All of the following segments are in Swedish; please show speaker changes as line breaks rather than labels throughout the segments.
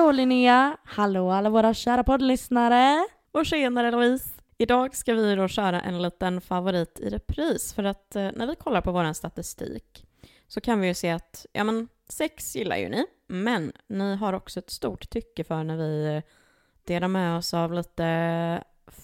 Hallå Linnea, hallå alla våra kära poddlyssnare.
Och tjenare Louise. Idag ska vi då köra en liten favorit i repris. För att när vi kollar på vår statistik så kan vi ju se att sex gillar ju ni. Men ni har också ett stort tycke för när vi delar med oss av lite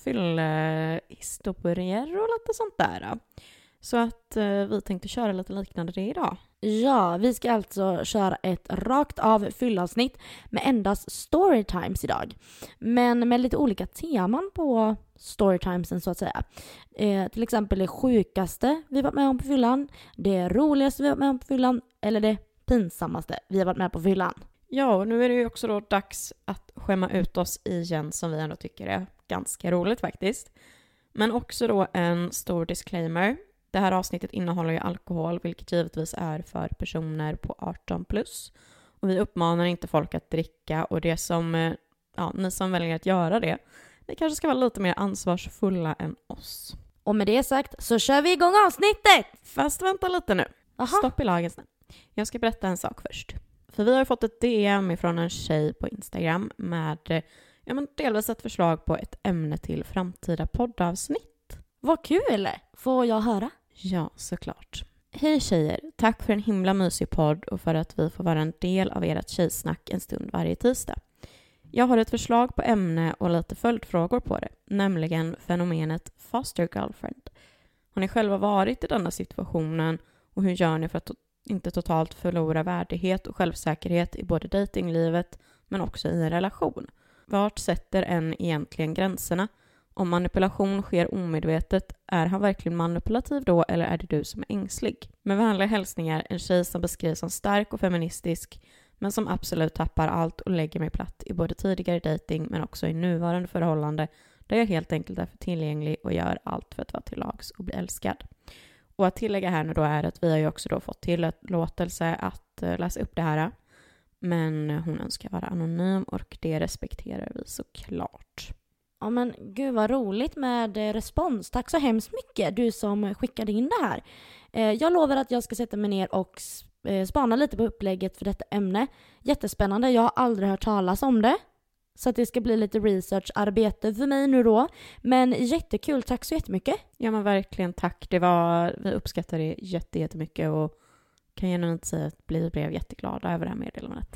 fyllhistorier och lite sånt där. Så att vi tänkte köra lite liknande det idag.
Ja, vi ska alltså köra ett rakt av fyllavsnitt med endast storytimes idag. Men med lite olika teman på storytimesen så att säga. Till exempel det sjukaste vi varit med om på fyllan, det roligaste vi varit med om på fyllan eller det pinsammaste vi har varit med på fyllan.
Ja, och nu är det ju också då dags att skämma ut oss igen som vi ändå tycker är ganska roligt faktiskt. Men också då en stor disclaimer. Det här avsnittet innehåller ju alkohol, vilket givetvis är för personer på 18+. Och vi uppmanar inte folk att dricka, och det som, ni som väljer att göra det, ni kanske ska vara lite mer ansvarsfulla än oss.
Och med det sagt så kör vi igång avsnittet!
Fast vänta lite nu.
Aha.
Stopp i lagen. Jag ska berätta en sak först. För vi har ju fått ett DM ifrån en tjej på Instagram med delvis ett förslag på ett ämne till framtida poddavsnitt.
Vad kul! Får jag höra?
Ja, såklart. Hej tjejer, tack för en himla mysig podd och för att vi får vara en del av ert tjejsnack en stund varje tisdag. Jag har ett förslag på ämne och lite följdfrågor på det, nämligen fenomenet foster girlfriend. Har ni själva varit i denna situationen och hur gör ni för att inte totalt förlora värdighet och självsäkerhet i både datinglivet men också i en relation? Vart sätter en egentligen gränserna? Om manipulation sker omedvetet, är han verkligen manipulativ då eller är det du som är ängslig? Med vänliga hälsningar, en tjej som beskrivs som stark och feministisk men som absolut tappar allt och lägger mig platt i både tidigare dating men också i nuvarande förhållande där jag helt enkelt är för tillgänglig och gör allt för att vara till lags och bli älskad. Och att tillägga här nu då är att vi har ju också då fått tillåtelse att läsa upp det här, men hon önskar vara anonym och det respekterar vi såklart.
Ja men gud vad roligt med respons. Tack så hemskt mycket du som skickade in det här. Jag lovar att jag ska sätta mig ner och spana lite på upplägget för detta ämne. Jättespännande, jag har aldrig hört talas om det. Så att det ska bli lite researcharbete för mig nu då. Men jättekul, tack så jättemycket.
Ja men verkligen tack. Vi uppskattar det jättemycket och kan genuint säga att vi blev jätteglada över det här meddelandet.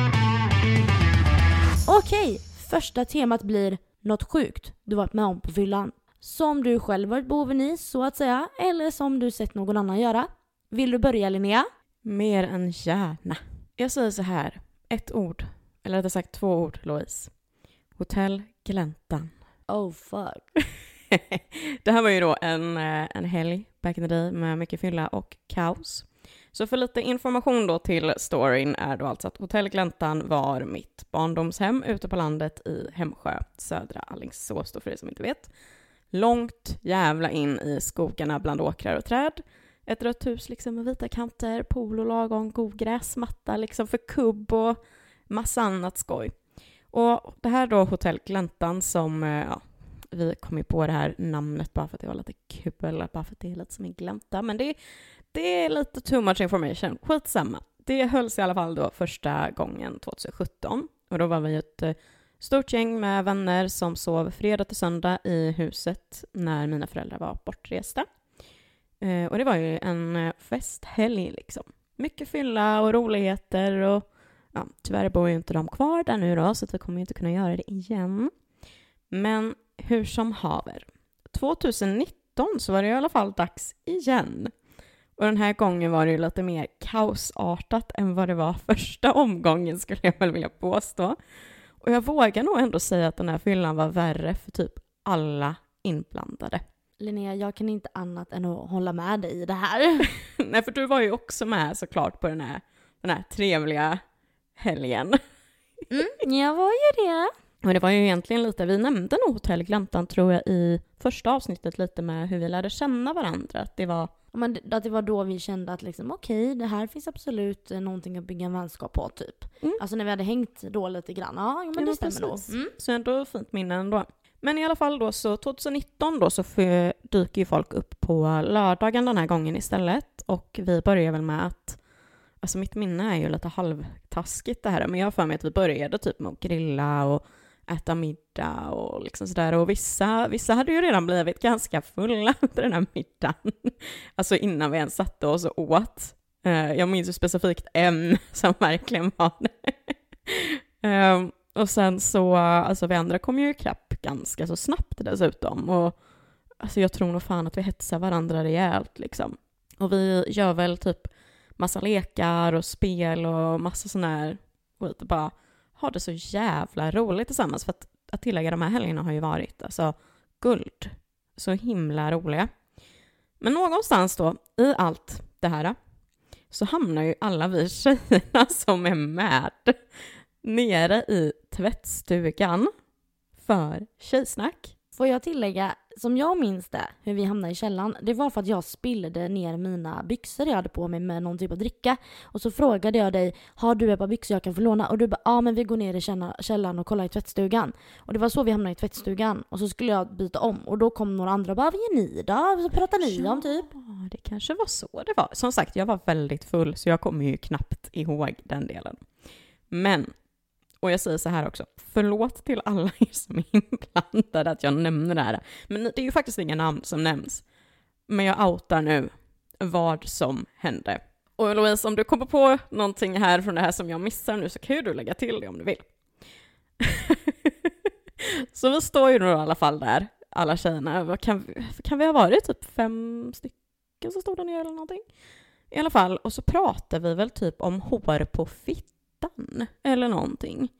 Okej, första temat blir något sjukt du varit med om på fyllan. Som du själv varit boven i så att säga, eller som du sett någon annan göra. Vill du börja Linnea?
Mer än gärna. Jag säger så här, ett ord, eller rättare sagt 2 ord Louise. Hotell Gläntan.
Oh fuck.
Det här var ju då en helg back in the day med mycket fylla och kaos. Så för lite information då till storyn är då alltså att Hotell Gläntan var mitt barndomshem ute på landet i Hemsjö, södra Alingsås då för er som inte vet. Långt jävla in i skogarna bland åkrar och träd. Ett rött hus liksom med vita kanter, pool och lagom god gräsmatta liksom för kubb och massa annat skoj. Och det här då Hotell Gläntan som, vi kom ju på det här namnet bara för att det var lite kul, bara för att det är lite som en glänta. Men det är lite too much information, skitsamma. Det hölls i alla fall då första gången 2017. Och då var vi ett stort gäng med vänner som sov fredag till söndag i huset när mina föräldrar var bortresta. Och det var ju en festhelg liksom. Mycket fylla och roligheter och tyvärr bor ju inte de kvar där nu då så att vi kommer inte kunna göra det igen. Men hur som haver. 2019 så var det i alla fall dags igen. Och den här gången var det ju lite mer kaosartat än vad det var första omgången skulle jag väl vilja påstå. Och jag vågar nog ändå säga att den här fyllan var värre för typ alla inblandade.
Linnea, jag kan inte annat än att hålla med dig i det här.
Nej, för du var ju också med såklart på den här trevliga helgen.
Jag var ju det.
Och det var ju egentligen lite, vi nämnde nog Hotell Gläntan tror jag i första avsnittet lite med hur vi lärde känna varandra. Att det var då vi kände att liksom, okej, det här finns absolut någonting att bygga en vänskap på typ. Alltså när vi hade hängt då lite grann. Ja men det stämmer då. Så ändå fint minne ändå. Men i alla fall då så 2019 då så dyker ju folk upp på lördagen den här gången istället. Och vi börjar väl med att alltså mitt minne är ju lite halvtaskigt det här, men jag har för mig att vi började typ med att grilla och äta middag och liksom sådär. Och vissa hade ju redan blivit ganska fulla under den här middagen. Alltså innan vi ens satte oss och åt. Jag minns ju specifikt en som verkligen var det. Och sen så, alltså vi andra kom ju ikapp ganska så snabbt dessutom. Och alltså jag tror nog fan att vi hetsar varandra rejält liksom. Och vi gör väl typ massa lekar och spel och massa sån här skit och bara har det så jävla roligt tillsammans. För att tillägga, de här helgerna har ju varit alltså guld. Så himla roliga. Men någonstans då, i allt det här, så hamnar ju alla vi tjejerna som är med nere i tvättstugan för tjejsnack.
Får jag tillägga, som jag minns det, hur vi hamnade i källaren, det var för att jag spillde ner mina byxor jag hade på mig med någon typ av dricka. Och så frågade jag dig, har du ett par byxor jag kan få låna? Och du bara, ja men vi går ner i källaren och kollar i tvättstugan. Och det var så vi hamnade i tvättstugan. Och så skulle jag byta om. Och då kom några andra och bara, vad gör ni då? Så pratar ni om typ.
Ja, det kanske var så det var. Som sagt, jag var väldigt full så jag kommer ju knappt ihåg den delen. Men, och jag säger så här också, förlåt till alla er som är inblandade att jag nämner det här. Men det är ju faktiskt inga namn som nämns. Men jag outar nu vad som hände. Och Louise, om du kommer på någonting här från det här som jag missar nu så kan ju du lägga till det om du vill. Så vi står ju nu i alla fall där, alla tjejerna. Vad kan vi ha varit? Typ 5 stycken som stod där nere eller någonting. I alla fall, och så pratar vi väl typ om hår på fittan eller någonting.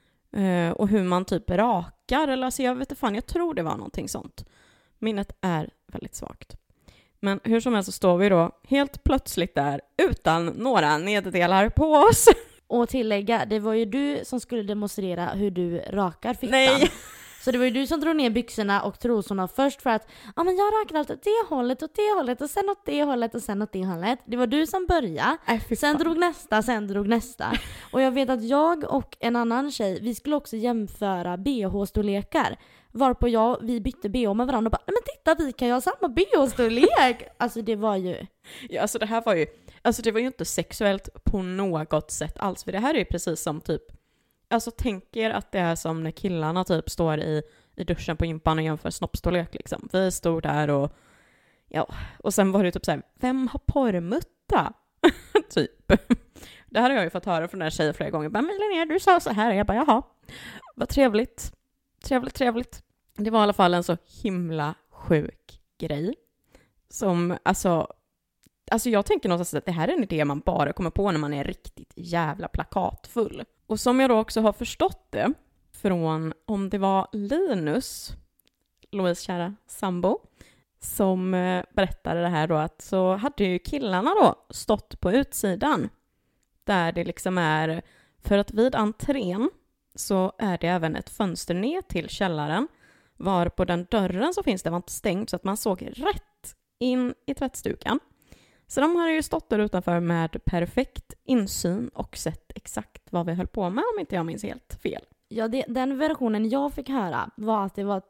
Och hur man typ rakar, eller alltså jag vet inte fan, jag tror det var någonting sånt. Minnet är väldigt svagt. Men hur som helst så står vi då helt plötsligt där utan några neddelar på oss.
Och tillägga, det var ju du som skulle demonstrera hur du rakar fittan.
Nej!
Så det var ju du som drog ner byxorna och trosorna först för att men jag rakar allt åt det hållet och sen åt det hållet och sen åt det hållet. Det var du som började. Sen drog nästa. Och jag vet att jag och en annan tjej, vi skulle också jämföra BH-storlekar. Varpå vi bytte BH med varandra och bara, men titta, vi kan ju ha samma BH-storlek. Alltså det var ju...
Ja, alltså det här var ju... Alltså det var ju inte sexuellt på något sätt alls. För det här är ju precis som typ... Alltså tänk er att det är som när killarna typ står i duschen på gympan och jämför snoppstorlek liksom. Vi stod där och... Ja, och sen var det typ så här, vem har porrmutta? Typ. Det här har jag ju fått höra från den här tjejen flera gånger. Men Linnea, du sa så här. Och jag bara, jaha. Vad trevligt. Trevligt. Det var i alla fall en så himla sjuk grej. Som, alltså jag tänker någonstans att det här är en idé man bara kommer på när man är riktigt jävla plakatfull. Och som jag då också har förstått det från, om det var Linus, Louise kära sambo, som berättade det här då, att så hade ju killarna då stått på utsidan. Där det liksom är, för att vid entrén så är det även ett fönster ner till källaren. Var på den dörren så finns det var inte stängt så att man såg rätt in i tvättstugan. Så de hade ju stått där utanför med perfekt insyn och sett exakt vad vi höll på med, om inte jag minns helt fel.
Ja, den versionen jag fick höra var att det var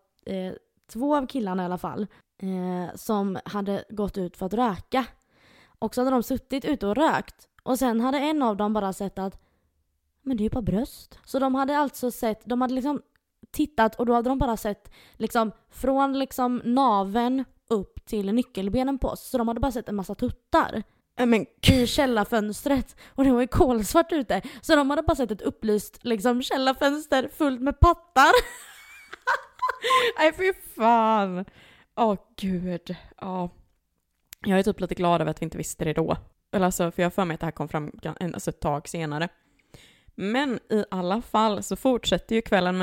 2 av killarna i alla fall som hade gått ut för att röka. Och så hade de suttit ute och rökt. Och sen hade en av dem bara sett att men det är ju bara bröst. Så de hade alltså sett, de hade liksom tittat och då hade de bara sett liksom från liksom naveln upp till nyckelbenen på oss. Så de hade bara sett en massa tuttar i källarfönstret. Och det var ju kolsvart ute. Så de hade bara sett ett upplyst liksom källarfönster fullt med pattar.
Nej, fy fan. Gud. Ja. Jag är typ lite glad över att vi inte visste det då. Eller alltså, för jag för mig att det här kom fram ett tag senare. Men i alla fall så fortsätter ju kvällen med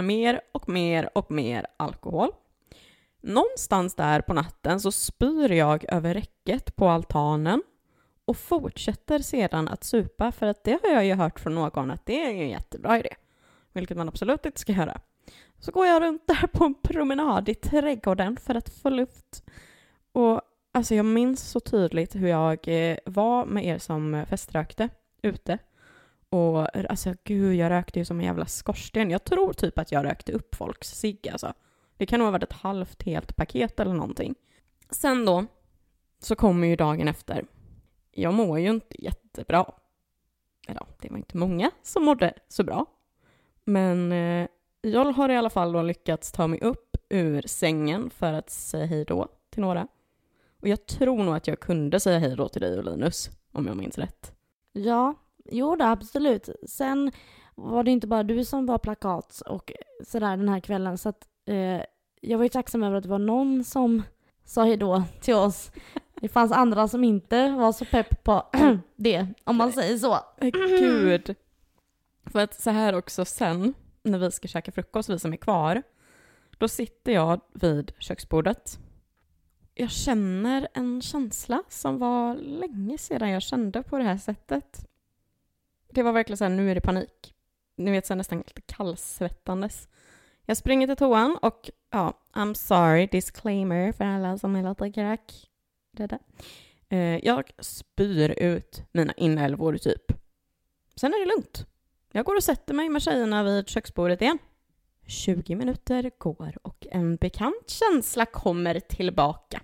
mer alkohol. Någonstans där på natten så spyr jag över räcket på altanen och fortsätter sedan att supa, för att det har jag ju hört från någon att det är en jättebra idé. Vilket man absolut inte ska göra. Så går jag runt där på en promenad i trädgården för att få luft. Och alltså jag minns så tydligt hur jag var med er som feströkte ute. Och alltså gud, jag rökte ju som en jävla skorsten. Jag tror typ att jag rökte upp folks cigg alltså. Det kan nog ha varit ett helt paket eller någonting. Sen då så kommer ju dagen efter. Jag mår ju inte jättebra. eller ja, det var inte många som mådde så bra. Men jag har i alla fall då lyckats ta mig upp ur sängen för att säga hej då till några. Och jag tror nog att jag kunde säga hej då till dig och Linus, om jag minns rätt.
Ja, jo då, absolut. Sen var det inte bara du som var plakat och sådär den här kvällen. Så att jag var ju tacksam över att det var någon som sa hej då till oss. Det fanns andra som inte var så pepp på det, om man säger så.
Gud. För att så här också sen, när vi ska käka frukost, vi som är kvar, då sitter jag vid köksbordet. Jag känner en känsla som var länge sedan jag kände på det här sättet. Det var verkligen så här, nu är det panik. Ni vet, så här, nästan lite kallsvettandes. Jag springer till toan och ja, I'm sorry, disclaimer för alla som är lite kräk. Jag spyr ut mina inälvor typ. Sen är det lugnt. Jag går och sätter mig med tjejerna vid köksbordet igen. 20 minuter går och en bekant känsla kommer tillbaka.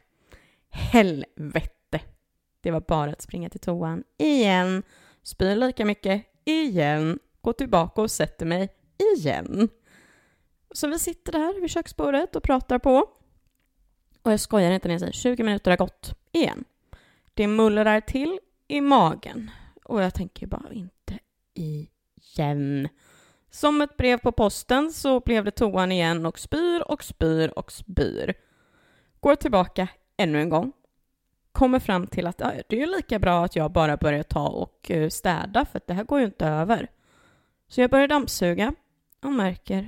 Helvete. Det var bara att springa till toan igen. Spyr lika mycket igen. Gå tillbaka och sätter mig igen. Så vi sitter där vid köksbordet och pratar på. Och jag skojar inte när jag säger 20 minuter har gått igen. Det mullrar till i magen. Och jag tänker bara inte igen. Som ett brev på posten så blev det toan igen och spyr och spyr och spyr. Går tillbaka ännu en gång. Kommer fram till att det är lika bra att jag bara börjar ta och städa för att det här går ju inte över. Så jag börjar dammsuga och märker,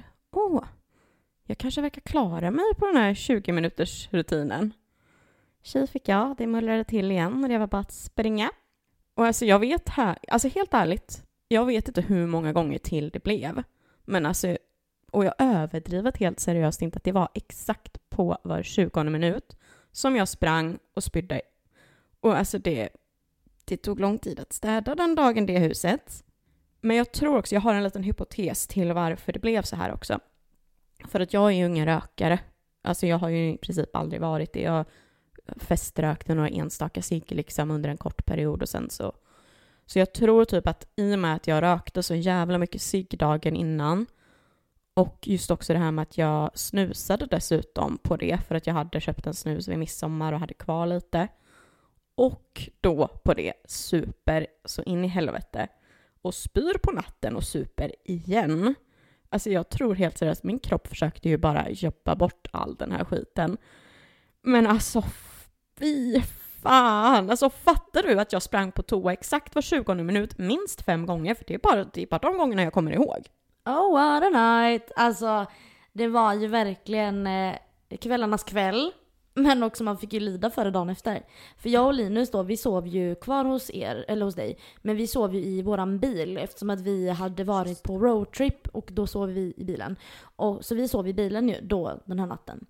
jag kanske verkar klara mig på den här 20 minuters rutinen. Tjej fick jag, det mullrade till igen och det var bara att springa. Och alltså jag vet här, alltså helt ärligt, jag vet inte hur många gånger till det blev. Men alltså, och jag överdrivet helt seriöst inte att det var exakt på var 20 minut som jag sprang och spydde. Och alltså det tog lång tid att städa den dagen det huset. Men jag tror också, jag har en liten hypotes till varför det blev så här också. För att jag är ju ingen rökare. Alltså jag har ju i princip aldrig varit det. Jag feströkte några enstaka cigg liksom under en kort period och sen så jag tror typ att i och med att jag rökte så jävla mycket cigg dagen innan och just också det här med att jag snusade dessutom på det för att jag hade köpt en snus vid midsommar och hade kvar lite och då på det super så in i helvete och spyr på natten och super igen. Alltså jag tror helt seriöst min kropp försökte ju bara jobba bort all den här skiten. Men alltså fy fan, alltså fattar du att jag sprang på toa exakt var 20 minut minst 5 gånger, för det är bara de gångerna jag kommer ihåg.
Oh what a night. Alltså det var ju verkligen kvällarnas kväll, men också man fick ju lida för det dagen efter. För jag och Linus då, vi sov ju kvar hos er, eller hos dig, men vi sov ju i våran bil eftersom att vi hade varit på roadtrip och då sov vi i bilen. Och så vi sov i bilen ju då den här natten.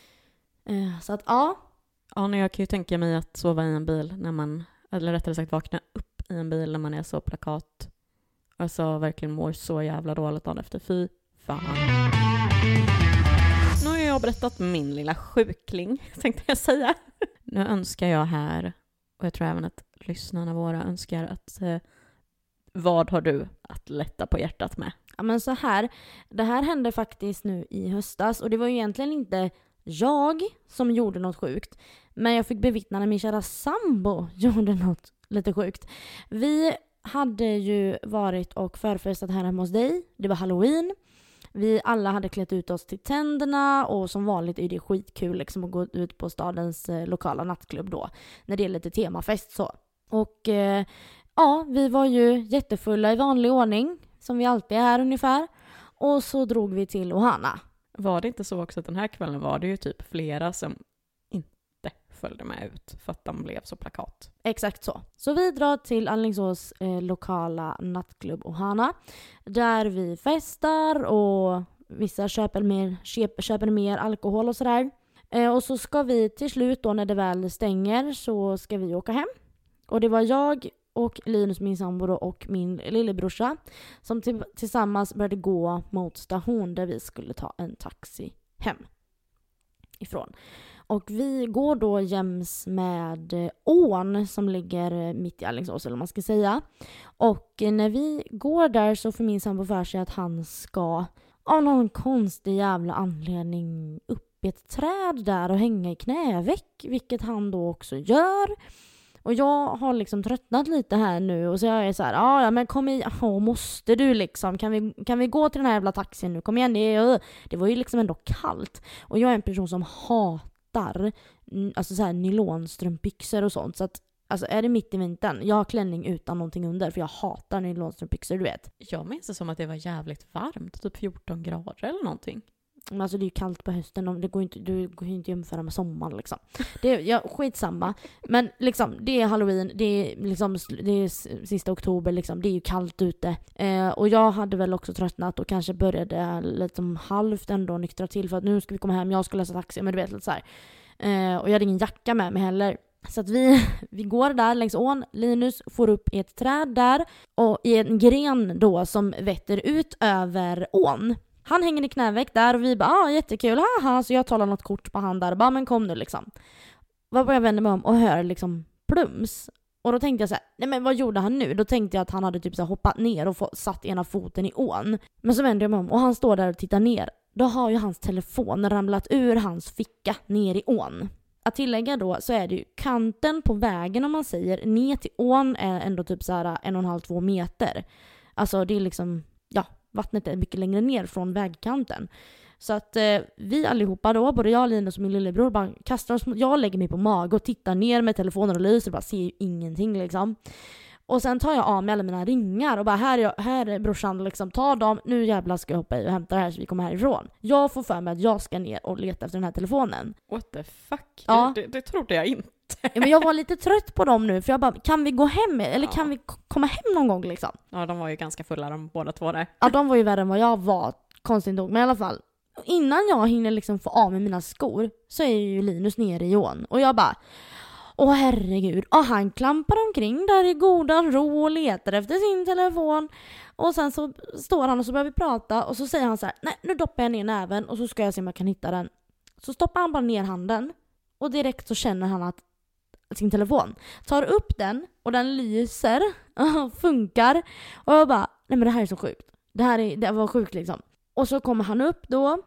Så att ja,
men jag kan ju tänka mig att sova i en bil när man, eller rättare sagt vakna upp i en bil när man är så plakat. Alltså verkligen mår så jävla dåligt dagen efter. Fy fan. Nu har jag berättat min lilla sjukling, tänkte jag säga. Nu önskar jag här, och jag tror även att lyssnarna våra önskar att vad har du att lätta på hjärtat med?
Ja men så här, det här hände faktiskt nu i höstas och det var ju egentligen inte jag som gjorde något sjukt, men jag fick bevittna när min kära sambo gjorde något lite sjukt. Vi hade ju varit och förfestat här hemma hos dig. Det var Halloween. Vi alla hade klätt ut oss till tänderna och som vanligt är det skitkul liksom att gå ut på stadens lokala nattklubb då, när det är lite temafest så. Och ja, vi var ju jättefulla i vanlig ordning, som vi alltid är ungefär. Och så drog vi till Ohana.
Var det inte så också att den här kvällen var det ju typ flera som inte följde med ut för att de blev så plakat?
Exakt så. Så vi drar till Alingsås lokala nattklubb Ohana, där vi festar och vissa köper mer alkohol och sådär. Och så ska vi till slut då när det väl stänger så ska vi åka hem. Och det var jag och Linus, min sambo och min lillebrorsa som tillsammans började gå mot station där vi skulle ta en taxi hem ifrån. Och vi går då jäms med ån som ligger mitt i Alingsås, eller vad man ska säga. Och när vi går där så får min sambo för sig att han ska av någon konstig jävla anledning upp i ett träd där och hänga i knäveck, vilket han då också gör. Och jag har liksom tröttnat lite här nu och så jag är så här, ja men kom igen, måste du liksom, kan vi gå till den här jävla taxin nu, kom igen, det var ju liksom ändå kallt. Och jag är en person som hatar alltså så här nylonstrumpbyxor och sånt, så att alltså är det mitt i vintern, jag har klänning utan någonting under för jag hatar nylonstrumpbyxor, du vet.
Jag minns det som att det var jävligt varmt, typ 14 grader eller någonting.
Men alltså det är ju kallt på hösten, det går inte, du går ju inte jämföra med sommaren liksom. Skitsamma. Men liksom, det är Halloween, det är sista oktober liksom, det är ju kallt ute. Och jag hade väl också tröttnat och kanske började lite som halvt ändå nyktra till för att nu ska vi komma hem, jag ska läsa taxi, men du vet lite så här. Och jag hade ingen jacka med mig heller. Så att vi går där längs ån. Linus får upp i ett träd där och i en gren då som vetter ut över ån. Han hänger i knäveck där och vi bara, jättekul, haha. Så jag talar något kort på han där och bara, men kom nu liksom. Varpå jag vänder mig om och hör liksom plums. Och då tänkte jag så här, nej men vad gjorde han nu? Då tänkte jag att han hade typ så här hoppat ner och satt ena foten i ån. Men så vänder jag mig om och han står där och tittar ner. Då har ju hans telefon ramlat ur hans ficka ner i ån. Att tillägga då så är det ju kanten på vägen, om man säger, ner till ån är ändå typ så här 1,5-2 meter. Alltså det är liksom, vattnet är mycket längre ner från vägkanten. Så att vi allihopa då, både jag, Linus och min lillebror, bara kastar oss. Jag lägger mig på mag och tittar ner med telefonen och lyser och bara ser ju ingenting liksom. Och sen tar jag av mig alla mina ringar och bara, här är brorsan liksom, ta dem, nu jävlar ska jag hoppa i och hämta det här så vi kommer härifrån. Jag får för mig att jag ska ner och leta efter den här telefonen.
What the fuck?
Ja.
Det trodde jag inte.
Ja, men jag var lite trött på dem nu, för jag bara, kan vi gå hem eller kan vi komma hem någon gång liksom?
Ja, de var ju ganska fulla de båda två där.
Ja, de var ju värre än vad jag var, konstigt nog. Men i alla fall, innan jag hinner liksom få av med mina skor så är ju Linus nere i ån. Och jag bara, åh herregud. Och han klampar omkring där i godan ro och letar efter sin telefon. Och sen så står han och så börjar vi prata och så säger han så här, nej nu doppar jag ner näven och så ska jag se om jag kan hitta den. Så stoppar han bara ner handen och direkt så känner han att sin telefon tar upp den och den lyser och funkar. Och jag bara, nej men det här är så sjukt. Det var sjukt liksom. Och så kommer han upp då,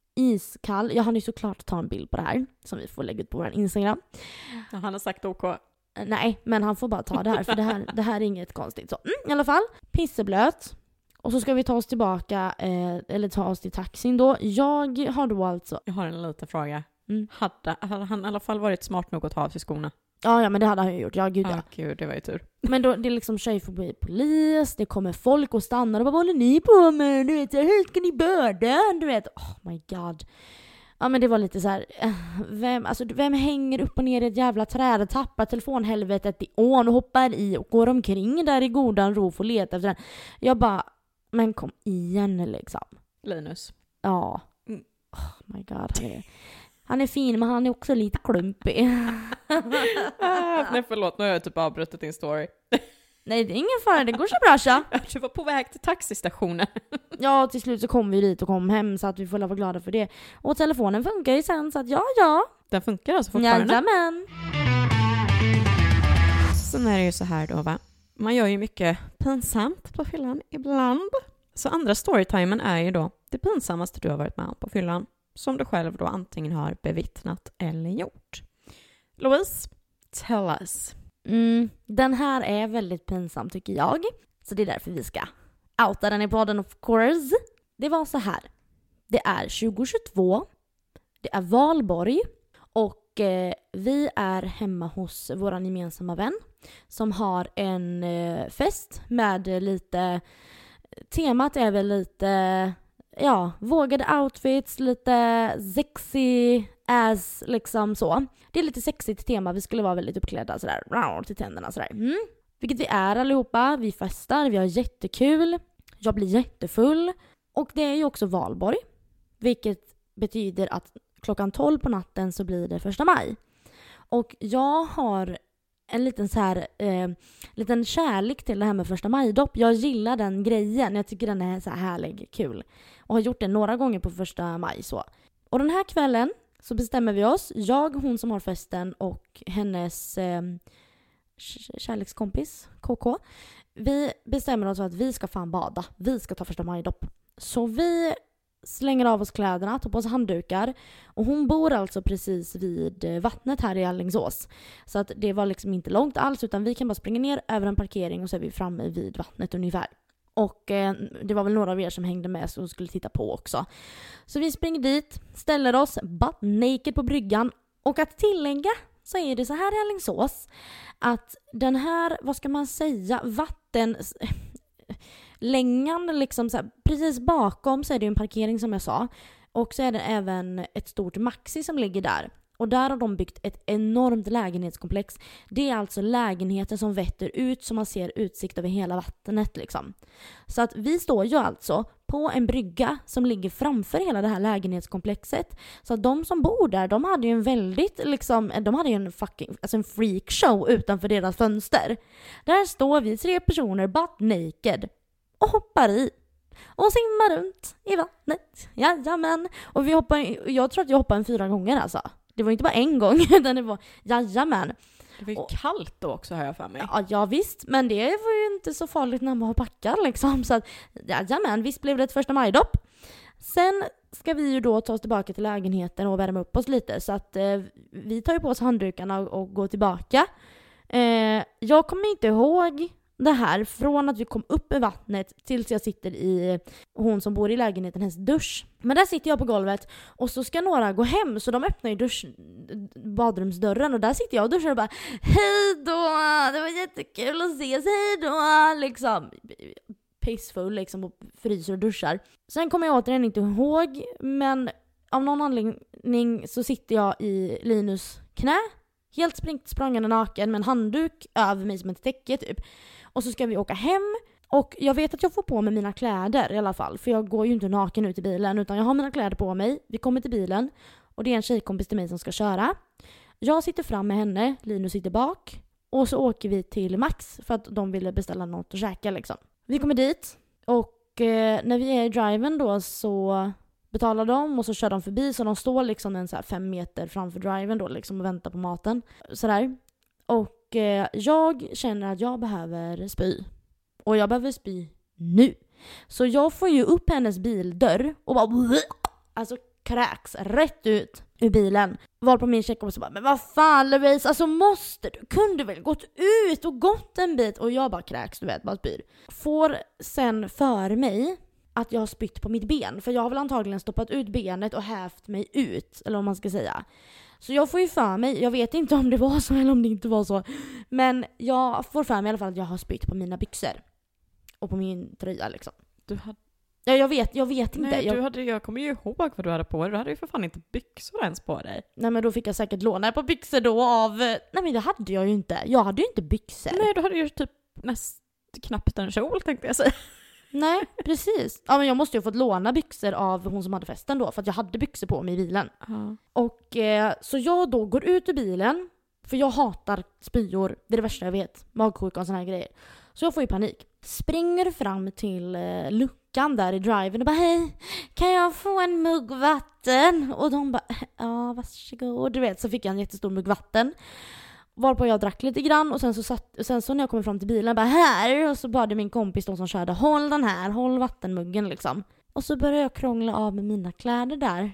iskall. Jag hann ju såklart ta en bild på det här som vi får lägga ut på vår Instagram.
Ja, han har sagt OK.
Nej, men han får bara ta det här för det här är inget konstigt. Så i alla fall, pisseblöt. Och så ska vi ta oss tillbaka eller ta oss till taxin då. Jag har då alltså...
Jag har en liten fråga. Hade han i alla fall varit smart nog att ta av sig skorna?
Ja, men det hade han ju gjort. Ja, gud ja.
Gud, det var ju tur.
Men då, det är liksom tjej förbi polis, det kommer folk och stannar och bara, vad håller ni på med? Du vet, hur ska ni börda? Du vet, oh my god. Ja, men det var lite så här, vem hänger upp och ner i ett jävla träd, tappar telefonhelvetet i ån och hoppar i och går omkring där i godan ro och letar efter den. Jag bara, men kom igen liksom.
Linus.
Ja. Oh my god, han är fin, men han är också lite klumpig.
Nej, förlåt, nu har jag typ avbrutit din story.
Nej, det är ingen fara, det går så bra så.
Du var på väg till taxistationen.
Ja, till slut så kom vi dit och kom hem så att vi får vara glada för det. Och telefonen funkar ju sen så att ja.
Den funkar alltså fortfarande?
Jajamän.
Sen är det ju så här då, va? Man gör ju mycket pinsamt på fyllan ibland. Så andra storytimen är ju då det pinsammaste du har varit med om på fyllan, som du själv då antingen har bevittnat eller gjort. Louise, tell us.
Den här är väldigt pinsam tycker jag. Så det är därför vi ska outa den i podden, of course. Det var så här. Det är 2022. Det är valborg. Och vi är hemma hos vår gemensamma vän som har en fest med lite... Temat är väl lite... Ja, vågade outfits, lite sexy ass, liksom så. Det är lite sexigt tema, vi skulle vara väldigt uppklädda sådär, till tänderna sådär. Vilket vi är allihopa, vi festar, vi har jättekul, jag blir jättefull. Och det är ju också valborg, vilket betyder att 12 på natten så blir det 1 maj. Och jag har en liten så här liten kärlek till det här med 1 maj-dopp. Jag gillar den grejen. Jag tycker den är så här härlig, kul. Och har gjort det några gånger på 1 maj så. Och den här kvällen så bestämmer vi oss, jag, hon som har festen och hennes kärlekskompis, KK. Vi bestämmer oss för att vi ska fan bada. Vi ska ta första majdopp. Så vi slänger av oss kläderna, tar på oss handdukar. Och hon bor alltså precis vid vattnet här i Alingsås. Så att det var liksom inte långt alls, utan vi kan bara springa ner över en parkering och så är vi framme vid vattnet ungefär. Och det var väl några av er som hängde med så skulle titta på också. Så vi springer dit, ställer oss butt naked på bryggan. Och att tillägga så är det så här i Alingsås att den här, vad ska man säga, vattenlängan liksom så här, precis bakom så är det en parkering som jag sa. Och så är det även ett stort Maxi som ligger där. Och där har de byggt ett enormt lägenhetskomplex. Det är alltså lägenheter som vetter ut så man ser utsikt över hela vattnet liksom. Så att vi står ju alltså på en brygga som ligger framför hela det här lägenhetskomplexet. Så att de som bor där, de hade ju en väldigt liksom, de hade ju en fucking, alltså en freakshow utanför deras fönster. Där står vi 3 personer butt naked och hoppar i. Och simmar runt i vattnet. Jajamän. Och jag tror att jag hoppade 4 gånger alltså. Det var inte bara en gång, utan det var jajamän.
Det var ju kallt då också, har jag för mig.
Ja visst, men det var ju inte så farligt när man har packar liksom. Så att, jajamän, visst blev det ett första majdopp. Sen ska vi ju då ta oss tillbaka till lägenheten och värma upp oss lite. Så att vi tar ju på oss handdukarna och går tillbaka. Jag kommer inte ihåg det här från att vi kom upp i vattnet tills jag sitter i hon som bor i lägenheten, hennes dusch. Men där sitter jag på golvet och så ska några gå hem så de öppnar ju badrumsdörren och där sitter jag och duschar och bara hej då, det var jättekul att ses, hej då liksom. Pissfull liksom och fryser och duschar. Sen kommer jag återigen inte ihåg, men av någon anledning så sitter jag i Linus knä. Helt språngande naken med en handduk över mig som ett täcke typ. Och så ska vi åka hem. Och jag vet att jag får på mig mina kläder i alla fall. För jag går ju inte naken ut i bilen utan jag har mina kläder på mig. Vi kommer till bilen och det är en tjejkompis till mig som ska köra. Jag sitter fram med henne, Linus sitter bak. Och så åker vi till Max för att de ville beställa något att käka liksom. Vi kommer dit och när vi är i driven då så betalar de och så kör de förbi så de står liksom en så här 5 meter framför driven då liksom och väntar på maten. Sådär. Och jag känner att jag behöver spy. Och jag behöver spy nu. Så jag får ju upp hennes bildörr och bara alltså kräks rätt ut ur bilen. Var på min tjejkompis och bara, men vad fan Louise, alltså du kunde väl gått ut och gått en bit. Och jag bara kräks, du vet, bara spyr. Får sen för mig att jag har spytt på mitt ben. För jag har väl antagligen stoppat ut benet och hävt mig ut. Eller vad man ska säga. Så jag får ju för mig, jag vet inte om det var så eller om det inte var så. Men jag får för mig i alla fall att jag har spytt på mina byxor. Och på min tröja liksom. Ja, jag vet inte.
Nej, jag kommer ju ihåg vad du hade på dig. Du hade ju för fan inte byxor ens på dig.
Nej, men då fick jag säkert låna ett par byxor då av... Nej, men det hade jag ju inte. Jag hade ju inte byxor.
Nej, du hade ju typ knappt en kjol tänkte jag säga.
Nej, precis. Ja, men jag måste ju ha fått låna byxor av hon som hade festen då. För att jag hade byxor på mig i bilen. Och så jag då går ut ur bilen. För jag hatar spyor. Det är det värsta jag vet. Magsjuka och såna här grejer. Så jag får ju panik. Springer fram till luckan där i driven och bara hej, kan jag få en mugg vatten? Och de bara, ja varsågod. Du vet, så fick jag en jättestor mugg vatten. Varpå jag drack lite grann och sen så när jag kommer fram till bilen bara här. Och så bad min kompis då som körde, håll vattenmuggen liksom. Och så började jag krångla av med mina kläder där.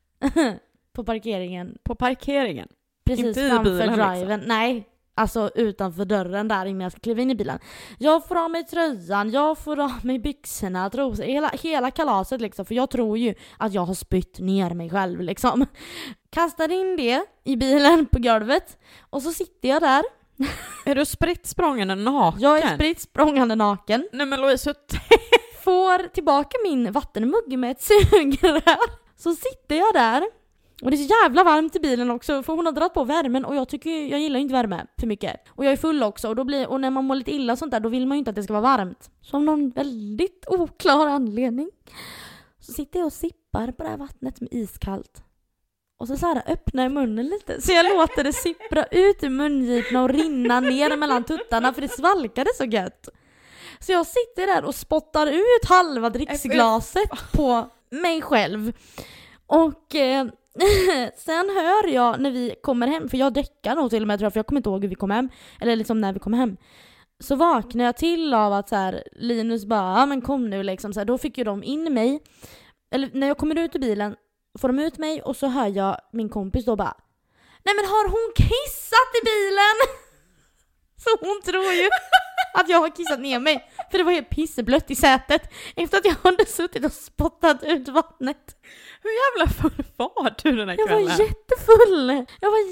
På parkeringen.
På parkeringen?
Precis
inte
framför
i bilen,
driven. Liksom. Nej, alltså utanför dörren där innan jag ska kliva in i bilen. Jag får av mig tröjan, jag får av mig byxorna, trosor, hela kalaset liksom. För jag tror ju att jag har spytt ner mig själv liksom. Kastar in det i bilen på golvet och så sitter jag där.
Är du spritt språngande naken?
Jag är spritt språngande naken.
Nej men Louise,
får tillbaka min vattenmugg med ett sugrör. Så sitter jag där. Och det är så jävla varmt i bilen också. För hon har dragit på värmen. Och jag gillar inte värme för mycket. Och jag är full också. Och när man mår lite illa och sånt där, då vill man ju inte att det ska vara varmt. Så av någon väldigt oklar anledning så sitter jag och sippar på det här vattnet som är iskallt. Och så här öppnar jag munnen lite. Så jag låter det sippra ut ur mungiporna och rinna ner mellan tuttarna. För det svalkade så gött. Så jag sitter där och spottar ut halva dricksglaset på mig själv. Och sen hör jag när vi kommer hem, för jag däckar nog till och med tror jag, för jag kommer inte ihåg hur vi kom hem, eller liksom när vi kom hem. Så vaknar jag till av att så här, Linus bara, ja men kom nu liksom, så här, då fick ju de in mig. Eller när jag kommer ut ur bilen får de ut mig och så hör jag min kompis då bara, nej men har hon kissat i bilen? Så hon tror ju att jag har kissat ner mig, för det var helt pisseblött i sätet efter att jag hade suttit och spottat ut vattnet.
Hur jävla full var du den här
Jag
kvällen?
var jättefull. Jag var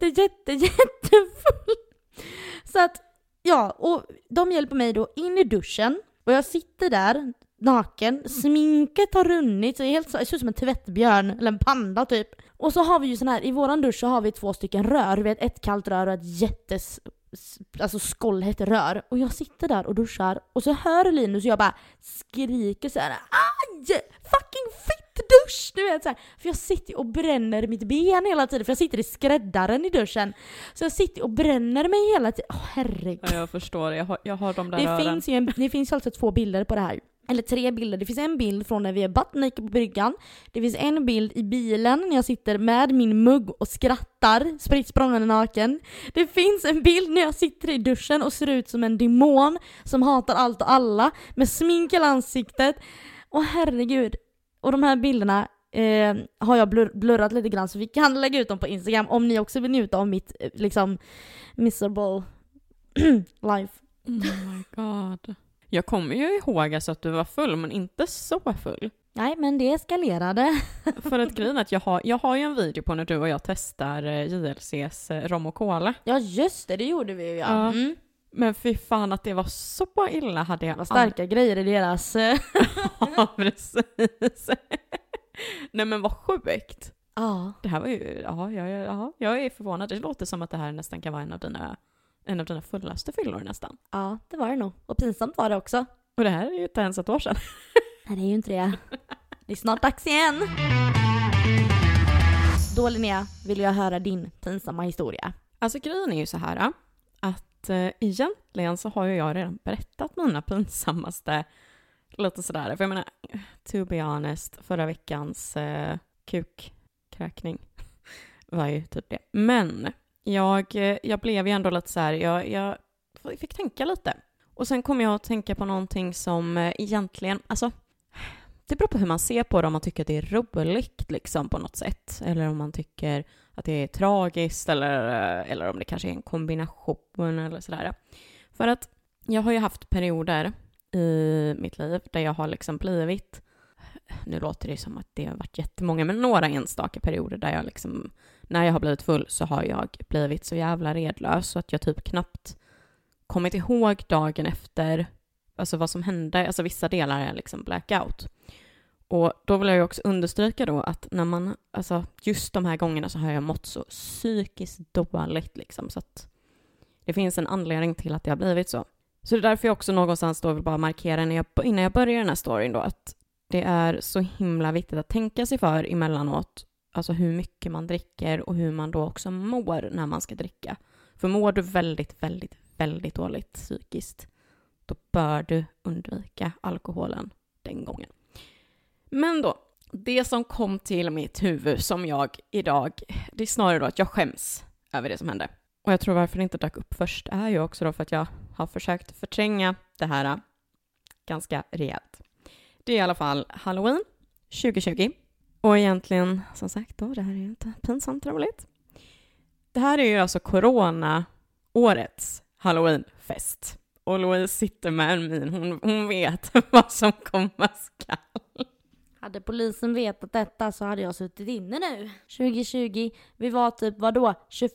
jättefull. Så att, ja, och de hjälper mig då in i duschen. Och jag sitter där, naken. Sminket har runnit, så jag ser ut som en tvättbjörn, eller en panda typ. Och så har vi ju sån här, i våran dusch så har vi 2 stycken rör. Vi vet, ett kallt rör och ett skållhett rör. Och jag sitter där och duschar. Och så hör Linus och jag bara skriker så här: aj! Fucking fitt dusch! Du vet så här. För jag sitter och bränner mitt ben hela tiden. För jag sitter i skräddaren i duschen. Så jag sitter och bränner mig hela tiden. Herregud.
Ja, jag förstår det. Jag har de där rören.
Det finns alltså 2 bilder på det här. Eller 3 bilder. Det finns en bild från när vi är butt naked på bryggan. Det finns en bild i bilen när jag sitter med min mugg och skrattar, spritt språngande naken. Det finns en bild när jag sitter i duschen och ser ut som en demon som hatar allt och alla, med smink i ansiktet. Och herregud. Och de här bilderna har jag blurrat lite grann, så vi kan lägga ut dem på Instagram om ni också vill njuta av mitt liksom miserable life.
Oh my god. Jag kommer ju ihåg alltså att du var full, men inte så full.
Nej, men det eskalerade.
För att grejen är att jag har ju en video på när du och jag testar JLCs rom och cola.
Ja, just det gjorde vi ju.
Ja. Mm. Men fy fan att det var så illa hade jag.
Det var starka grejer i deras...
Ja, precis. Nej, men vad sjukt.
Ja.
Det här var ju... Ja, jag är förvånad. Det låter som att det här nästan kan vara en av dina fullaste fyllor nästan.
Ja, det var det nog. Och pinsamt var det också.
Och det här är ju inte ens ett år sedan.
Nej, det är ju inte det. Det är snart dags igen. Då, Linnea, vill jag höra din pinsamma historia.
Alltså grejen är ju så här att egentligen så har ju jag redan berättat mina pinsammaste lite sådär. För jag menar, to be honest, förra veckans kukkräkning var ju typ det. Men jag blev ju ändå lite så här, jag fick tänka lite. Och sen kom jag att tänka på någonting som egentligen, alltså det beror på hur man ser på det, om man tycker att det är roligt liksom på något sätt. Eller om man tycker att det är tragiskt eller om det kanske är en kombination eller sådär. För att jag har ju haft perioder i mitt liv där jag har liksom blivit, nu låter det som att det har varit jättemånga, men några enstaka perioder där jag liksom, när jag har blivit full så har jag blivit så jävla redlös så att jag typ knappt kommit ihåg dagen efter, alltså vad som hände, alltså vissa delar är liksom blackout. Och då vill jag ju också understryka då att när man, alltså just de här gångerna så har jag mått så psykiskt dåligt liksom, så att det finns en anledning till att det har blivit så. Så det är därför jag också någonstans då vill bara markera innan jag börjar den här storyn då, att det är så himla viktigt att tänka sig för emellanåt, alltså hur mycket man dricker och hur man då också mår när man ska dricka. För mår du väldigt, väldigt, väldigt dåligt psykiskt, då bör du undvika alkoholen den gången. Men då, det som kom till mitt huvud som jag idag, det är snarare då att jag skäms över det som hände. Och jag tror varför det inte dök upp först är ju också då för att jag har försökt förtränga det här ganska rejält. Det är i alla fall Halloween 2020. Och egentligen, som sagt då, det här är ju inte pinsamt roligt. Det här är ju alltså corona-årets Halloweenfest. Och Louise sitter med en min, hon vet vad som komma skall.
Hade polisen vetat detta så hade jag suttit inne nu. 2020, vi var typ, vadå,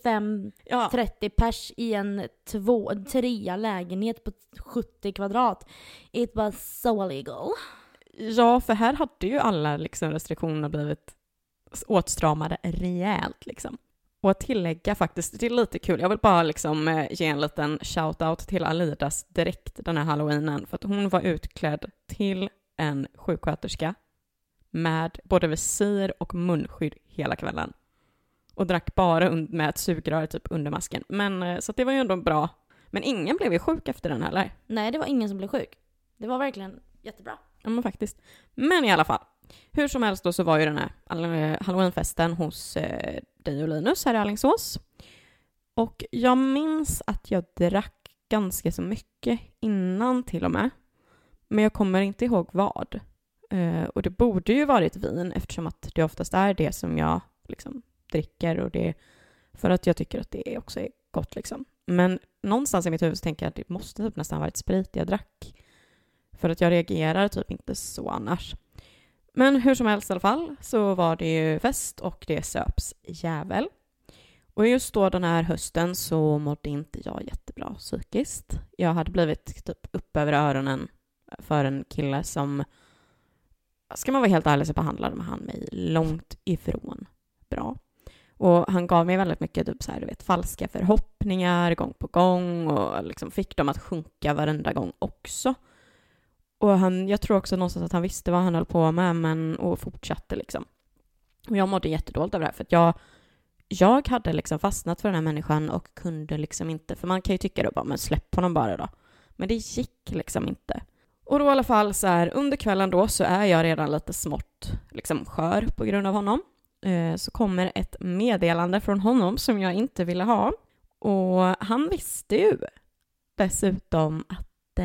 25-30 pers i en 3 lägenhet på 70 kvadrat. It was so illegal.
Ja, för här hade ju alla liksom restriktioner blivit åtstramade rejält liksom. Och att tillägga faktiskt, det är lite kul. Jag vill bara liksom ge en liten shoutout till Alidas direkt den här halloweenen. För att hon var utklädd till en sjuksköterska med både visir och munskydd hela kvällen. Och drack bara med ett sugrör typ under masken. Men så att det var ju ändå bra. Men ingen blev ju sjuk efter den heller.
Nej, det var ingen som blev sjuk. Det var verkligen jättebra.
Ja, men faktiskt. Men i alla fall. Hur som helst då så var ju den här halloweenfesten hos dig och Linus här i Alingsås. Och jag minns att jag drack ganska så mycket innan till och med. Men jag kommer inte ihåg vad. Och det borde ju varit vin eftersom att det oftast är det som jag liksom dricker. Och det för att jag tycker att det också är gott liksom. Men någonstans i mitt huvud så tänker jag att det måste typ nästan varit sprit jag drack. För att jag reagerar typ inte så annars. Men hur som helst i alla fall så var det ju fest och det söps jävel. Och just då den här hösten så mådde inte jag jättebra psykiskt. Jag hade blivit typ upp över öronen för en kille som, ska man vara helt ärlig så behandlade han mig långt ifrån bra. Och han gav mig väldigt mycket typ så här, du vet, falska förhoppningar gång på gång och liksom fick dem att sjunka varenda gång också. Och jag tror också någonstans att han visste vad han höll på med och fortsatte liksom. Och jag mådde jättedåligt av det här för att jag hade liksom fastnat för den här människan och kunde liksom inte, för man kan ju tycka då bara, men släpp honom bara då. Men det gick liksom inte. Och då i alla fall så här, under kvällen då så är jag redan lite smått liksom skör på grund av honom. Så kommer ett meddelande från honom som jag inte ville ha. Och han visste ju dessutom att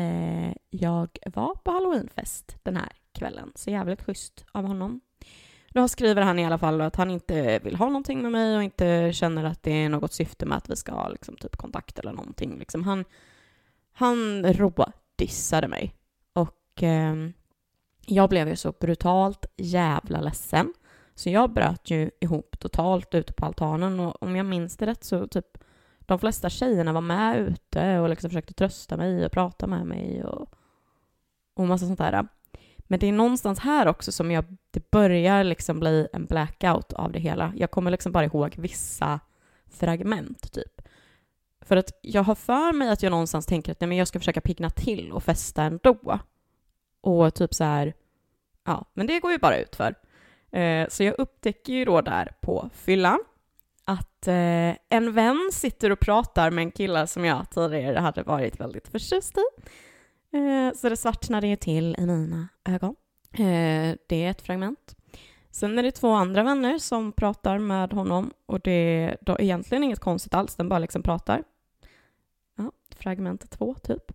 jag var på halloweenfest den här kvällen. Så jävligt schysst av honom. Då skriver han i alla fall att han inte vill ha någonting med mig och inte känner att det är något syfte med att vi ska ha liksom, typ kontakt eller någonting. Liksom, han rådissade mig. Och jag blev ju så brutalt jävla ledsen. Så jag bröt ju ihop totalt ute på altanen. Och om jag minns det rätt så typ de flesta tjejerna var med ute och liksom försökte trösta mig och prata med mig och massa sånt där. Men det är någonstans här också som det börjar liksom bli en blackout av det hela. Jag kommer liksom bara ihåg vissa fragment typ. För att jag har för mig att jag någonstans tänker att nej, men jag ska försöka pigna till och festa ändå. Och typ så här, ja, men det går ju bara ut för. Så jag upptäcker ju då där på fyllan att en vän sitter och pratar med en kille som jag tidigare hade varit väldigt förtjust i. Så det svartnade ju till i mina ögon. Det är ett fragment. Sen är det 2 andra vänner som pratar med honom och det är egentligen inget konstigt alls, den bara liksom pratar. Ja, fragment 2 typ.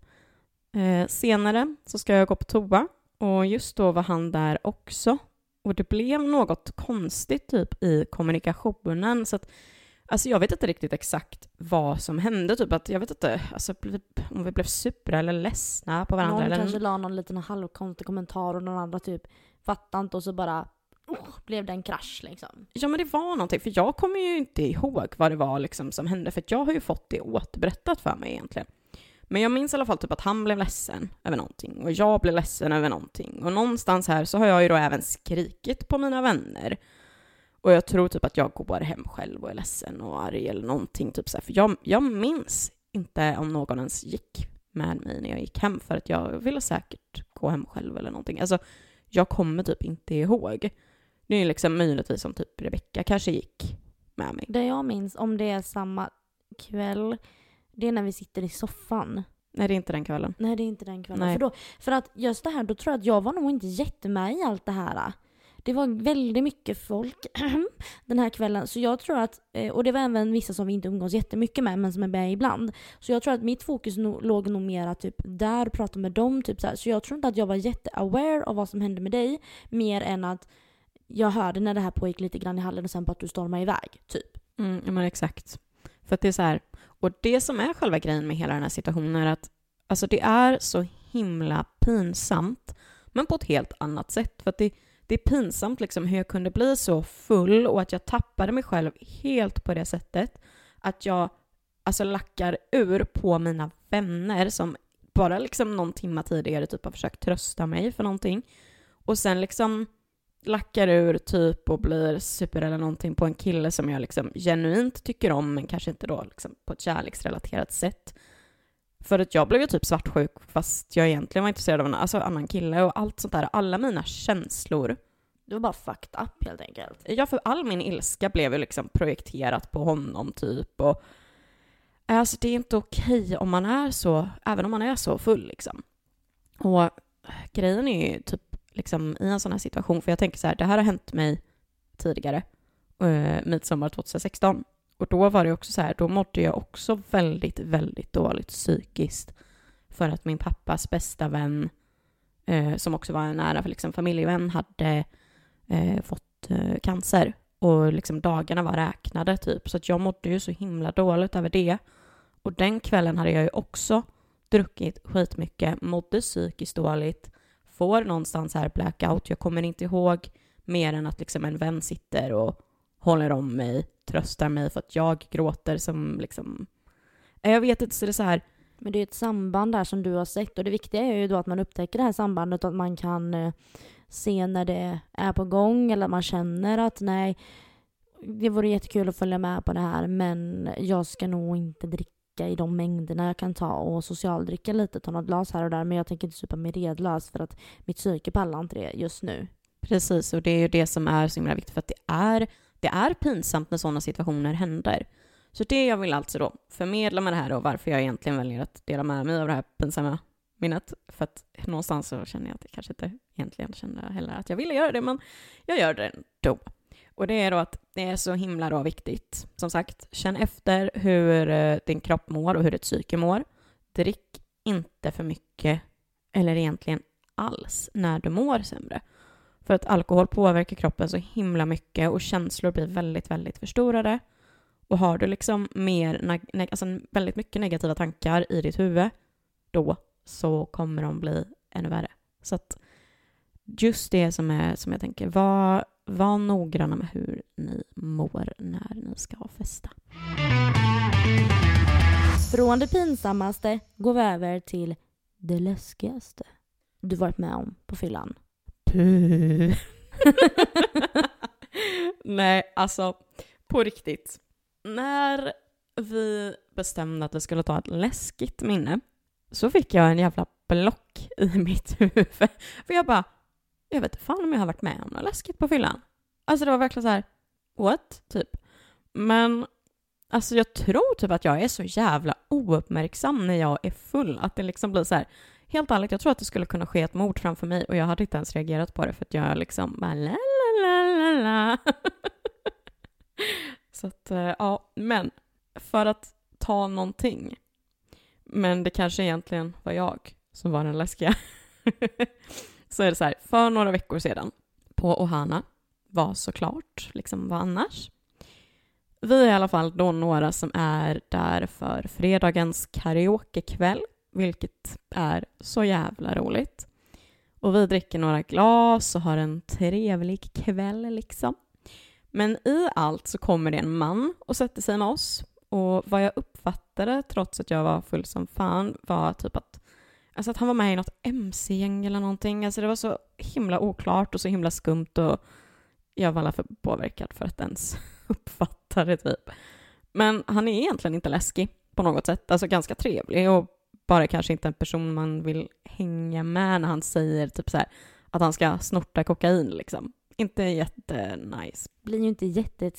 Senare så ska jag gå på toa och just då var han där också. Och det blev något konstigt typ i kommunikationen så att alltså jag vet inte riktigt exakt vad som hände typ att jag vet inte alltså om vi blev supra eller ledsna på varandra
någon
eller
kanske la någon liten halvkonstig kommentar och någon andra typ fattade inte och så bara blev det en krasch liksom.
Ja men det var någonting för jag kommer ju inte ihåg vad det var liksom som hände för att jag har ju fått det återberättat för mig egentligen. Men jag minns i alla fall typ att han blev ledsen över någonting och jag blev ledsen över någonting. Och någonstans här så har jag ju då även skrikit på mina vänner. Och jag tror typ att jag går hem själv och är ledsen och arg eller någonting typ så här. För jag minns inte om någon ens gick med mig när jag gick hem för att jag ville säkert gå hem själv eller någonting. Alltså jag kommer typ inte ihåg. Det är liksom möjligtvis som typ Rebecca kanske gick med mig.
Det jag minns om det är samma kväll, det är när vi sitter i soffan.
Nej, det är inte den kvällen.
Nej, det är inte den kvällen. För att just det här, då tror jag att jag var nog inte jättemed i allt det här. Det var väldigt mycket folk den här kvällen. Så jag tror att, och det var även vissa som vi inte umgås jättemycket med men som är med ibland. Så jag tror att mitt fokus låg nog mera typ där, prata med dem typ så här. Så jag tror inte att jag var jätteaware av vad som hände med dig. Mer än att jag hörde när det här pågick lite grann i hallen och sen på att du stormade iväg typ.
Ja men exakt. För att det är så här, och det som är själva grejen med hela den här situationen är att alltså det är så himla pinsamt men på ett helt annat sätt. För att det är pinsamt liksom hur jag kunde bli så full och att jag tappade mig själv helt på det sättet att jag alltså lackar ur på mina vänner som bara liksom någon timma tidigare typ har försökt trösta mig för någonting och sen liksom lackar ur typ och blir super eller någonting på en kille som jag liksom genuint tycker om men kanske inte då liksom på ett kärleksrelaterat sätt. För att jag blev ju typ svartsjuk fast jag egentligen var intresserad av en annan kille och allt sånt där. Alla mina känslor.
Det var bara fucked up helt enkelt.
Ja, för all min ilska blev ju liksom projekterat på honom typ. Och alltså det är inte okej om man är så, även om man är så full liksom. Och grejen är ju typ liksom, i en sån här situation. För jag tänker så här, det här har hänt mig tidigare, midsommar 2016. Och då var det också så här, då mådde jag också väldigt, väldigt dåligt psykiskt. För att min pappas bästa vän, som också var en nära liksom, familjevän, hade fått cancer. Och liksom dagarna var räknade typ. Så att jag mådde ju så himla dåligt över det. Och den kvällen hade jag ju också druckit skitmycket, mådde psykiskt dåligt, får någonstans här blackout. Jag kommer inte ihåg mer än att liksom en vän sitter och håller om mig, tröstar mig för att jag gråter som liksom... Jag vet inte, så det är så här...
Men det är ett samband där som du har sett, och det viktiga är ju då att man upptäcker det här sambandet och att man kan se när det är på gång, eller att man känner att nej, det vore jättekul att följa med på det här, men jag ska nog inte dricka i de mängderna jag kan ta, och socialdricka lite, ta något glas här och där, men jag tänker inte supa mig redlös för att mitt psyke pallar inte det just nu.
Precis, och det är ju det som är så himla viktigt, för att det är pinsamt när sådana situationer händer. Så det jag vill alltså då förmedla med det här, och varför jag egentligen väljer att dela med mig av det här pinsamma minnet, för att någonstans så känner jag att jag kanske inte egentligen känner heller att jag ville göra det, men jag gör det ändå. Och det är då att det är så himla då viktigt. Som sagt, känn efter hur din kropp mår och hur ditt psyke mår. Drick inte för mycket, eller egentligen alls, när du mår sämre. För att alkohol påverkar kroppen så himla mycket och känslor blir väldigt, väldigt förstorade. Och har du liksom alltså väldigt mycket negativa tankar i ditt huvud, då så kommer de bli ännu värre. Så att just det som jag tänker, var noggranna med hur ni mår när ni ska festa.
Från det pinsammaste går vi över till det läskigaste du varit med om på fyllan.
Nej, alltså på riktigt. När vi bestämde att vi skulle ta ett läskigt minne, så fick jag en jävla block i mitt huvud. För jag vet inte fan om jag har varit med om något läskigt på fyllan. Alltså det var verkligen så här, what? Typ. Men alltså jag tror typ att jag är så jävla ouppmärksam när jag är full. Att det liksom blir så här, helt ärligt, jag tror att det skulle kunna ske ett mord framför mig. Och jag hade inte ens reagerat på det för att jag liksom bara la. Så att, ja, men för att ta någonting. Men det kanske egentligen var jag som var den läskiga. Så är det så här, för några veckor sedan på Ohana var såklart, liksom vad annars. Vi är i alla fall då några som är där för fredagens karaokekväll, vilket är så jävla roligt. Och vi dricker några glas och har en trevlig kväll liksom. Men i allt så kommer det en man och sätter sig med oss. Och vad jag uppfattade, trots att jag var full som fan, var typ att han var med i något MC-gäng eller någonting. Alltså det var så himla oklart och så himla skumt, och jag var alla för påverkad för att ens uppfatta det typ. Men han är egentligen inte läskig på något sätt. Alltså ganska trevlig, och bara kanske inte en person man vill hänga med när han säger typ så här att han ska snorta kokain liksom. Inte jättenice.
Blir ju inte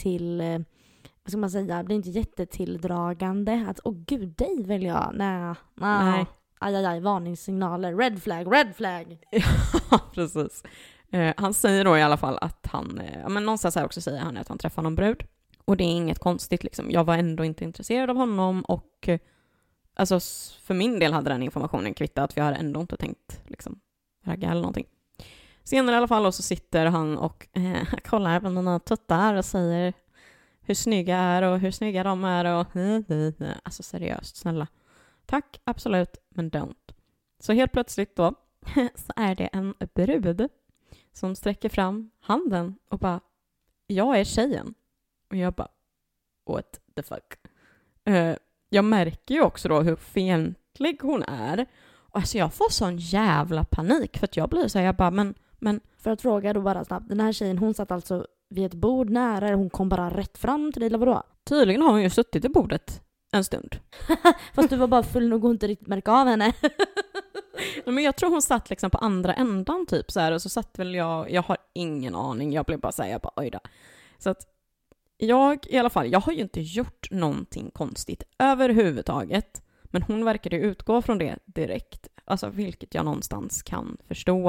vad ska man säga, blir inte jättetilldragande att gud, dig vill jag. Nej. Aj, varningssignaler. Red flag.
Ja, precis. Han säger då i alla fall att han, men någonstans här också säger han att han träffar någon brud. Och det är inget konstigt liksom. Jag var ändå inte intresserad av honom, och alltså för min del hade den informationen kvittat, för jag hade ändå inte tänkt liksom ragga eller någonting. Senare i alla fall så sitter han och kollar på mina tuttar och säger hur snygga är och hur snygga de är och alltså seriöst, snälla. Tack, absolut, men don't. Så helt plötsligt då så är det en brud som sträcker fram handen och bara, jag är tjejen. Och jag bara, what the fuck? Jag märker ju också då hur fientlig hon är. Och alltså jag får sån jävla panik, för att jag blir så här, jag bara, men
för att fråga då bara snabbt, den här tjejen, hon satt alltså vid ett bord nära, eller hon kom bara rätt fram till dig, eller vadå?
Tydligen har hon ju suttit i bordet en stund.
Fast du var bara full nog och inte riktigt märka av henne.
Men jag tror hon satt liksom på andra ändan typ så här, och så satt väl jag har ingen aning, jag blev bara så här, jag bara oj då. Så att jag har ju inte gjort någonting konstigt överhuvudtaget, men hon verkade utgå från det direkt, alltså vilket jag någonstans kan förstå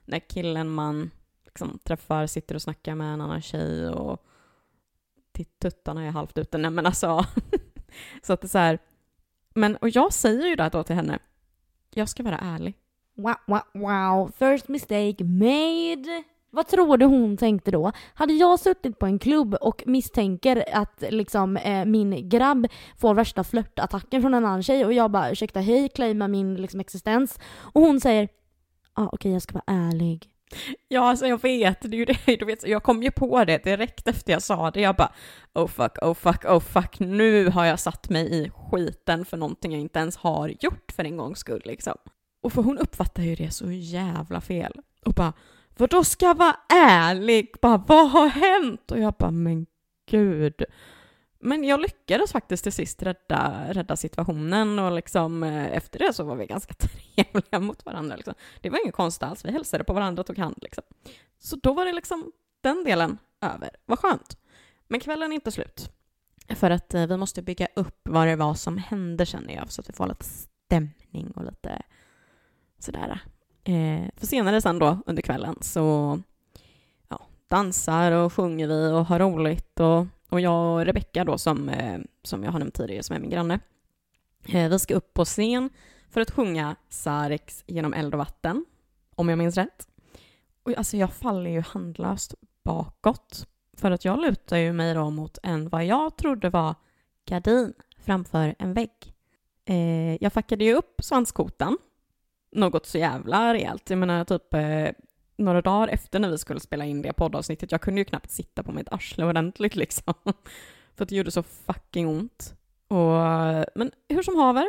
när killen man liksom träffar sitter och snackar med en annan tjej och tuttarna är halvt ute. Nej men alltså, så att det är så här. Men, och jag säger ju då till henne, jag ska vara ärlig.
Wow. First mistake made. Vad tror du hon tänkte då? Hade jag suttit på en klubb och misstänker att liksom, min grabb får värsta flörtattacken från en annan tjej och jag bara, ursäkta, hej, claima min liksom, existens. Och hon säger, okej, jag ska vara ärlig.
Ja, alltså jag vet, det är ju det, du vet, jag kom ju på det direkt efter jag sa det. Jag bara, oh fuck, nu har jag satt mig i skiten för någonting jag inte ens har gjort för en gångs skull liksom. Och för hon uppfattar ju det så jävla fel. Och bara, för då ska jag vara ärlig, bara, vad har hänt? Och jag bara, men gud. Men jag lyckades faktiskt till sist rädda situationen och liksom efter det så var vi ganska trevliga mot varandra. Liksom. Det var inget konstigt alls, vi hälsade på varandra och tog hand. Liksom. Så då var det liksom den delen över. Vad skönt. Men kvällen är inte slut. För att vi måste bygga upp vad det var som hände, känner jag. Så att vi får lite stämning och lite sådär. För senare sen då under kvällen så dansar och sjunger vi och har roligt och jag och Rebecca då som jag har nämnt tidigare som är min granne. Vi ska upp på scen för att sjunga Sareks Genom eld och vatten, om jag minns rätt. Och alltså jag faller ju handlöst bakåt för att jag lutar ju mig då mot en vad jag trodde var gardin framför en vägg. Jag fackade ju upp svanskotan något så jävla rejält. Jag menar typ några dagar efter när vi skulle spela in det poddavsnittet, jag kunde ju knappt sitta på mitt arsle ordentligt liksom. För att det gjorde så fucking ont. Men hur som haver,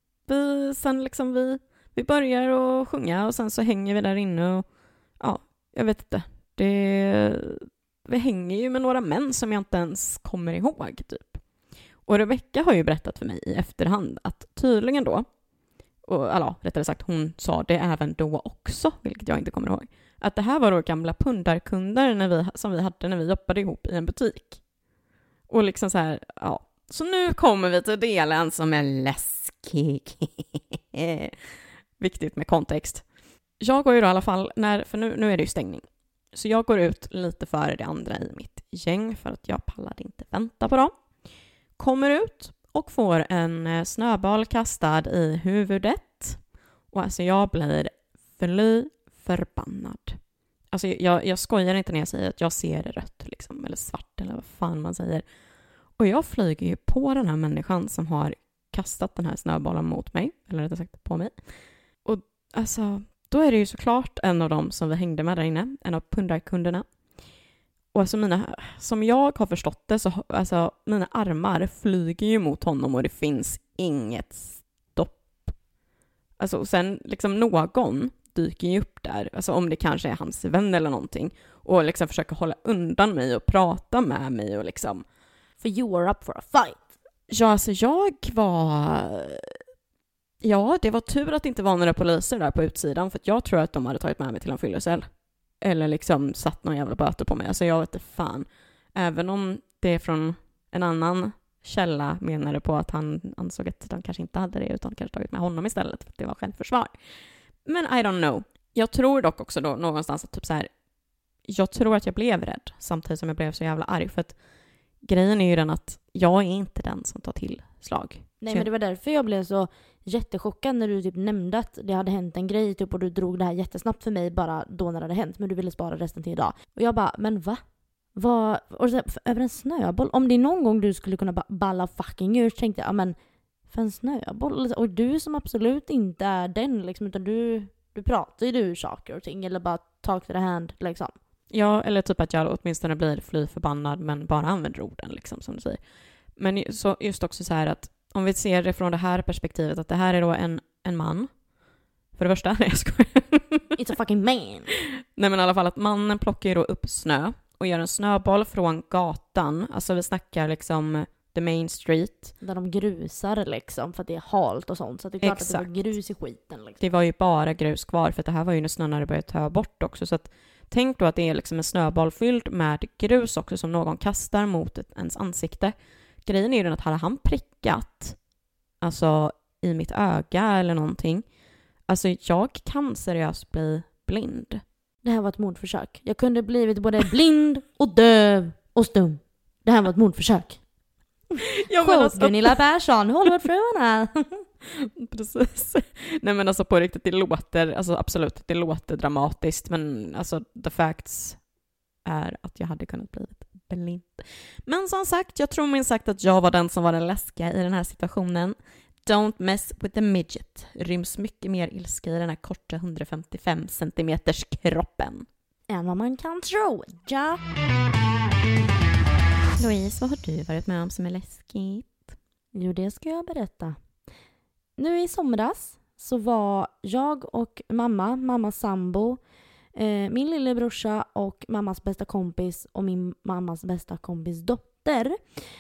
vi börjar att sjunga och sen så hänger vi där inne och jag vet inte. Vi hänger ju med några män som jag inte ens kommer ihåg typ. Och Rebecca har ju berättat för mig i efterhand att tydligen då, och rättare sagt hon sa det även då också, vilket jag inte kommer ihåg, att det här var då gamla pundarkunder som vi hade när vi jobbade ihop i en butik. Och liksom så här, så nu kommer vi till delen som är läskig. Viktigt med kontext. Jag går ju då i alla fall, för nu är det ju stängning. Så jag går ut lite före det andra i mitt gäng för att jag pallade inte vänta på dem. Kommer ut och får en snöboll kastad i huvudet. Och alltså jag blir förbannad. Alltså jag skojar inte när jag säger att jag ser rött liksom, eller svart eller vad fan man säger. Och jag flyger ju på den här människan som har kastat den här snöbollen mot mig, eller rättare sagt på mig. Och alltså, då är det ju såklart en av dem som vi hängde med där inne, en av pundarkunderna. Och alltså som jag har förstått det så alltså mina armar flyger ju mot honom och det finns inget stopp. Alltså och sen liksom någon dyker ju upp där, alltså om det kanske är hans vän eller någonting, och liksom försöker hålla undan mig och prata med mig och liksom,
för you are up for a fight.
Ja, alltså det var tur att det inte var några poliser där på utsidan, för att jag tror att de hade tagit med mig till en fyllecell. Eller liksom satt någon jävla böter på mig. Alltså jag vet inte fan. Även om det är från en annan källa menade på att han ansåg att de kanske inte hade det utan kanske tagit med honom istället för att det var självförsvar. Men I don't know. Jag tror dock också då någonstans att typ så här, jag tror att jag blev rädd samtidigt som jag blev så jävla arg, för att grejen är ju den att jag är inte den som tar till slag.
Nej, men det var därför jag blev så jättechockad när du typ nämnde att det hade hänt en grej typ, och du drog det här jättesnabbt för mig bara då när det hade hänt, men du ville spara resten till idag. Och jag bara, men va? Och så, över en snöboll? Om det är någon gång du skulle kunna balla fucking ur, så tänkte jag, men för en snöboll? Och du som absolut inte är den liksom, utan du pratar ju ur saker och ting, eller bara talk to the hand liksom.
Ja, eller typ att jag åtminstone blir fly förbannad men bara använder orden liksom, som du säger. Men så just också så här att om vi ser det från det här perspektivet, att det här är då en man. För det första, nej jag skojar.
It's a fucking man.
Nej men i alla fall att mannen plockar ju då upp snö och gör en snöboll från gatan. Alltså vi snackar liksom the main street.
Där de grusar liksom för att det är halt och sånt. Så det är klart att det var grus i skiten. Liksom.
Det var ju bara grus kvar, för att det här var ju när snön hade börjat ta bort också. Så att tänk då att det är liksom en snöboll fylld med grus också som någon kastar mot ens ansikte. Grejen är ju den att hade han prickat alltså i mitt öga eller någonting, alltså jag kan seriöst bli blind.
Det här var ett mordförsök. Jag kunde blivit både blind och döv och stum. Det här var ett mordförsök. Quote Gunilla Persson, Hollywoodfruarna.
Precis. Nej men alltså på riktigt, det låter, alltså absolut, det låter dramatiskt, men alltså the facts är att jag hade kunnat blivit blind. Men som sagt, jag tror minst sagt att jag var den som var den läskiga i den här situationen. Don't mess with the midget. Ryms mycket mer ilska i den här korta 155 centimeters kroppen.
Än vad man kan tro, ja.
Louise, vad har du varit med om som är läskigt?
Jo, det ska jag berätta. Nu i somras så var jag och mammas sambo, min lillebrorsa och mammas bästa kompis och min mammas bästa kompis dotter.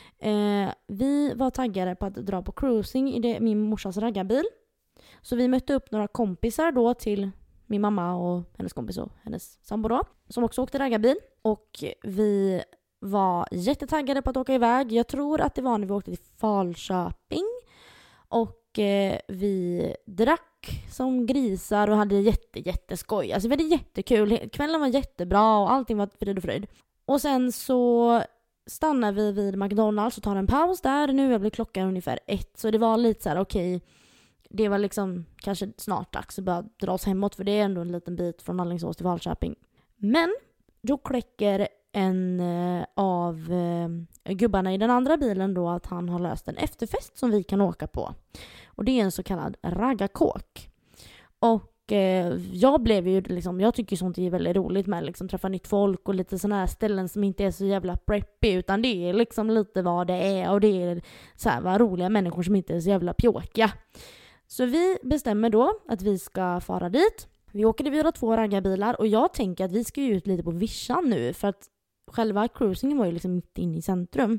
Vi var taggade på att dra på cruising i min morsas raggarbil. Så vi mötte upp några kompisar då till min mamma och hennes kompis och hennes sambo då, som också åkte raggarbil. Och vi var jättetaggade på att åka iväg. Jag tror att det var när vi åkte till Falköping. Och vi drack som grisar och hade jätteskoj. Alltså vi hade jättekul. Kvällen var jättebra och allting var frid och fröjd. Och sen så stannade vi vid McDonalds och tar en paus där. Nu blir klockan ungefär 1. Så det var lite så här okej. Det var liksom kanske snart dags att börja dra oss hemåt. För det är ändå en liten bit från Alingsås till Falköping. Men då kläcker en av gubbarna i den andra bilen då att han har löst en efterfest som vi kan åka på. Och det är en så kallad raggarkåk. Och jag blev ju liksom, jag tycker sånt är väldigt roligt med liksom träffa nytt folk och lite såna här ställen som inte är så jävla preppy, utan det är liksom lite vad det är och det är så här vad roliga människor som inte är så jävla pjåkiga. Så vi bestämmer då att vi ska fara dit. Vi åker vid 2 raggarbilar och jag tänker att vi ska ut lite på vischan nu för att själva cruisingen var ju liksom mitt inne i centrum.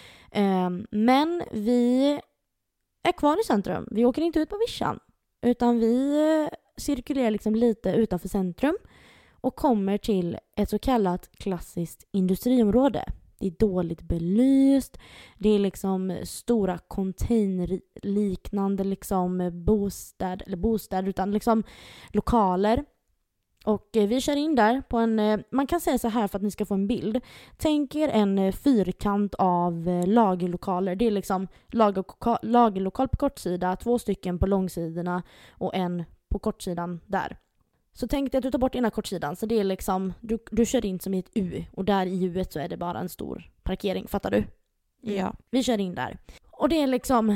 Men vi är kvar i centrum. Vi åker inte ut på vischan utan vi cirkulerar liksom lite utanför centrum och kommer till ett så kallat klassiskt industriområde. Det är dåligt belyst. Det är liksom stora containerliknande liksom bostäder utan liksom lokaler. Och vi kör in där på en, man kan säga så här för att ni ska få en bild. Tänk er en fyrkant av lagerlokaler. Det är liksom lagerlokal på kortsida, 2 stycken på långsidorna och en på kortsidan där. Så tänk dig att du tar bort ena kortsidan. Så det är liksom, du kör in som i ett U. Och där i U:et så är det bara en stor parkering. Fattar du?
Ja.
Vi kör in där. Och det är liksom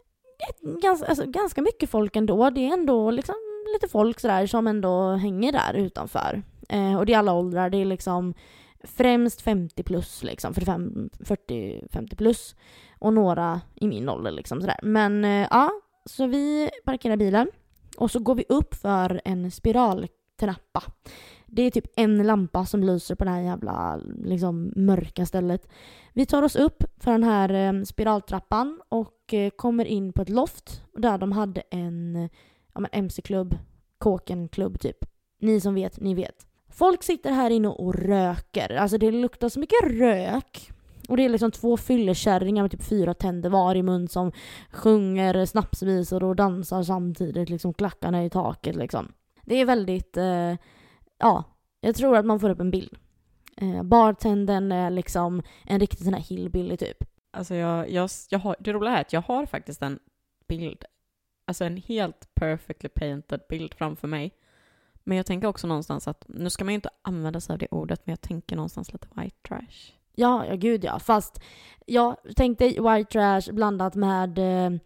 ganska mycket folk ändå. Det är ändå liksom lite folk sådär som ändå hänger där utanför. Och det är alla åldrar. Det är liksom främst 50 plus liksom. 40-50 plus. Och några i min ålder liksom sådär. Men ja, så vi parkerar bilen. Och så går vi upp för en spiraltrappa. Det är typ en lampa som lyser på det här jävla liksom, mörka stället. Vi tar oss upp för den här spiraltrappan och kommer in på ett loft. Där de hade en MC-klubb, Kåkenklubb typ. Ni som vet, ni vet. Folk sitter här inne och röker. Alltså det luktar så mycket rök. Och det är liksom 2 fyllekärringar med typ 4 tänder var i mun som sjunger snapsvisor och dansar samtidigt, liksom klackarna i taket liksom. Det är väldigt, ja, jag tror att man får upp en bild. Bartendern är liksom en riktig sån här hillbilly typ.
Alltså jag har, det roliga är att jag har faktiskt en bild, alltså en helt perfectly painted bild framför mig. Men jag tänker också någonstans att, nu ska man ju inte använda sig av det ordet, men jag tänker någonstans lite white trash.
Ja, gud ja. Fast jag tänkte white trash blandat med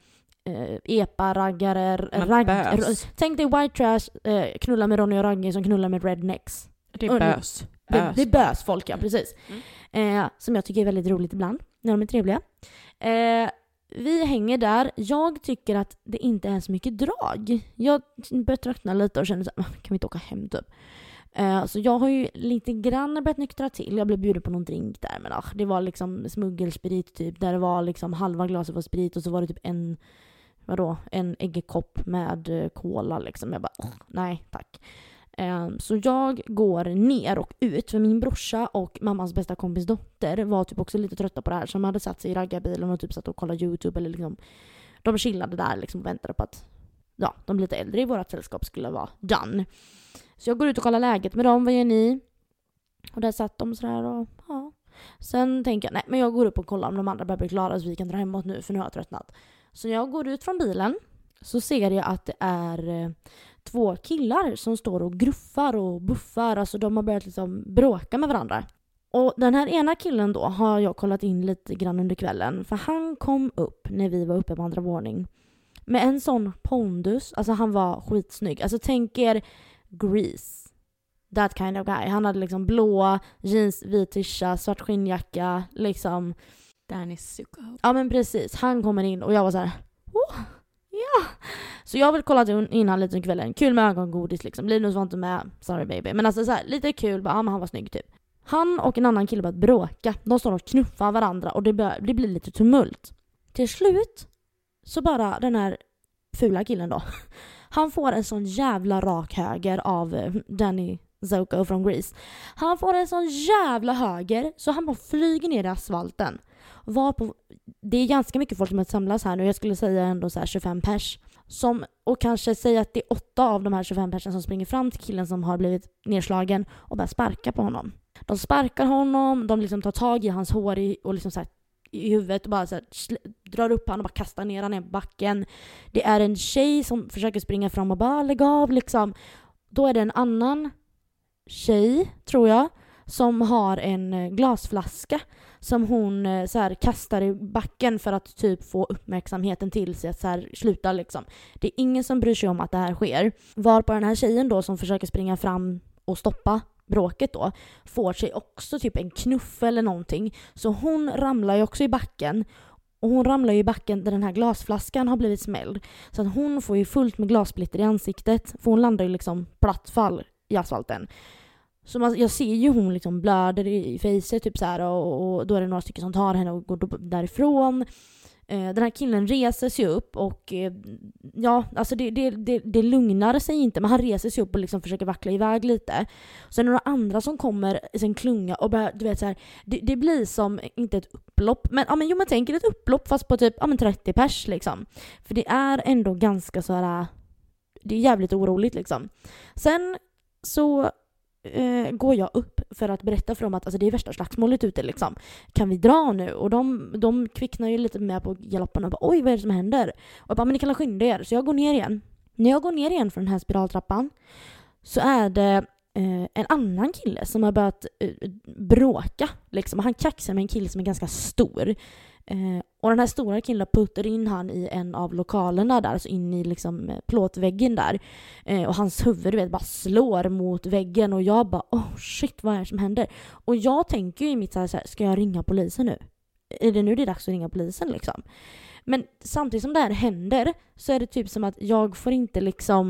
epa-raggare. Tänk dig white trash knulla med Ronny och Ragge som knullar med rednecks.
Det är bös.
Det är bös folk, ja, precis. Som jag tycker är väldigt roligt ibland, när de är trevliga. Vi hänger där. Jag tycker att det inte är så mycket drag. Jag börjar tröttna lite och känner så här, kan vi inte åka hem typ? Så jag har ju lite grann börjat nyktra till. Jag blev bjuden på någon drink där, men det var liksom smuggelsprit typ, där det var liksom halva glaset var sprit och så var det typ en äggkopp med cola liksom. Jag bara, nej tack. Så jag går ner och ut, för min brorsa och mammas bästa kompis dotter var typ också lite trötta på det här, som hade satt sig i raggarbilen och typ satt och kollade YouTube eller liksom, de chillade där liksom och väntade på att ja, de lite äldre i vårt sällskap skulle vara done. Så jag går ut och kollar läget med dem, vad gör ni? Och där satt de sådär och ja. Sen tänker jag, nej men jag går upp och kollar om de andra börjar bli klara så vi kan dra hemåt nu för nu har jag tröttnat. Så jag går ut från bilen så ser jag att det är 2 killar som står och gruffar och buffar. Alltså de har börjat liksom bråka med varandra. Och den här ena killen då har jag kollat in lite grann under kvällen. För han kom upp när vi var uppe på andra våning. Med en sån pondus. Alltså han var skitsnygg. Alltså tänk er Grease. That kind of guy. Han hade liksom blåa jeans, vit tisha, svart skinnjacka. Liksom.
Danny Zuko.
Ja men precis. Han kommer in och jag var så här. Ja. Så jag vill kolla in han lite under kvällen. Kul med ögongodis liksom. Linus var inte med. Sorry baby. Men alltså så här, lite kul. Bara, ja, men han var snygg typ. Han och en annan kille började bråka. De står och knuffar varandra och det blir lite tumult. Till slut så bara den här fula killen då. Han får en sån jävla rak höger av Danny Zuko från Grease. Han får en sån jävla höger så han bara flyger ner i asfalten. Det är ganska mycket folk som samlas här nu. Jag skulle säga ändå så här 25 pers. Och kanske säga att det är 8 av de här 25 personerna som springer fram till killen som har blivit nedslagen och börjar sparka på honom. De sparkar honom, de liksom tar tag i hans hår och liksom så här i huvudet och bara så här drar upp honom och bara kastar ner honom på backen. Det är en tjej som försöker springa fram och bara lägga av liksom. Då är det en annan tjej, tror jag, som har en glasflaska som hon så här kastar i backen för att typ få uppmärksamheten till sig att så här sluta liksom. Det är ingen som bryr sig om att det här sker. Var på den här tjejen då som försöker springa fram och stoppa bråket då får sig också typ en knuff eller någonting. Så hon ramlar ju också i backen. Och hon ramlar ju i backen där den här glasflaskan har blivit smälld. Så att hon får ju fullt med glassplitter i ansiktet. För hon landar ju liksom plattfall i asfalten. Så jag ser ju hon liksom blöder i fejset typ så här och då är det några stycken som tar henne och går därifrån. Den här killen reser sig upp och ja, alltså det lugnar sig inte, men han reser sig upp och liksom försöker vackla iväg lite. Sen är det några andra som kommer i sin klunga och börjar, du vet så här, det blir som inte ett upplopp, men ja, men man tänker ett upplopp fast på typ 30 pers liksom. För det är ändå ganska så här, det är jävligt oroligt liksom. Sen så går jag upp för att berätta för dem att alltså, det är värsta slagsmålet ute liksom. Kan vi dra nu? Och de kvicknar ju lite med på galoppen och bara, oj vad är det som händer? Och jag bara, men ni kan skynda er. Så jag går ner igen. När jag går ner igen från den här spiraltrappan så är det en annan kille som har börjat bråka liksom. Han kaxar med en kille som är ganska stor. Och den här stora killen puttar in han i en av lokalerna där, alltså in i liksom plåtväggen där. Och hans huvud, du vet, bara slår mot väggen och jag bara, oh shit, vad är det som händer? Och jag tänker ju i mitt så här, ska jag ringa polisen nu? Är det nu det är dags att ringa polisen liksom? Men samtidigt som det här händer så är det typ som att jag får inte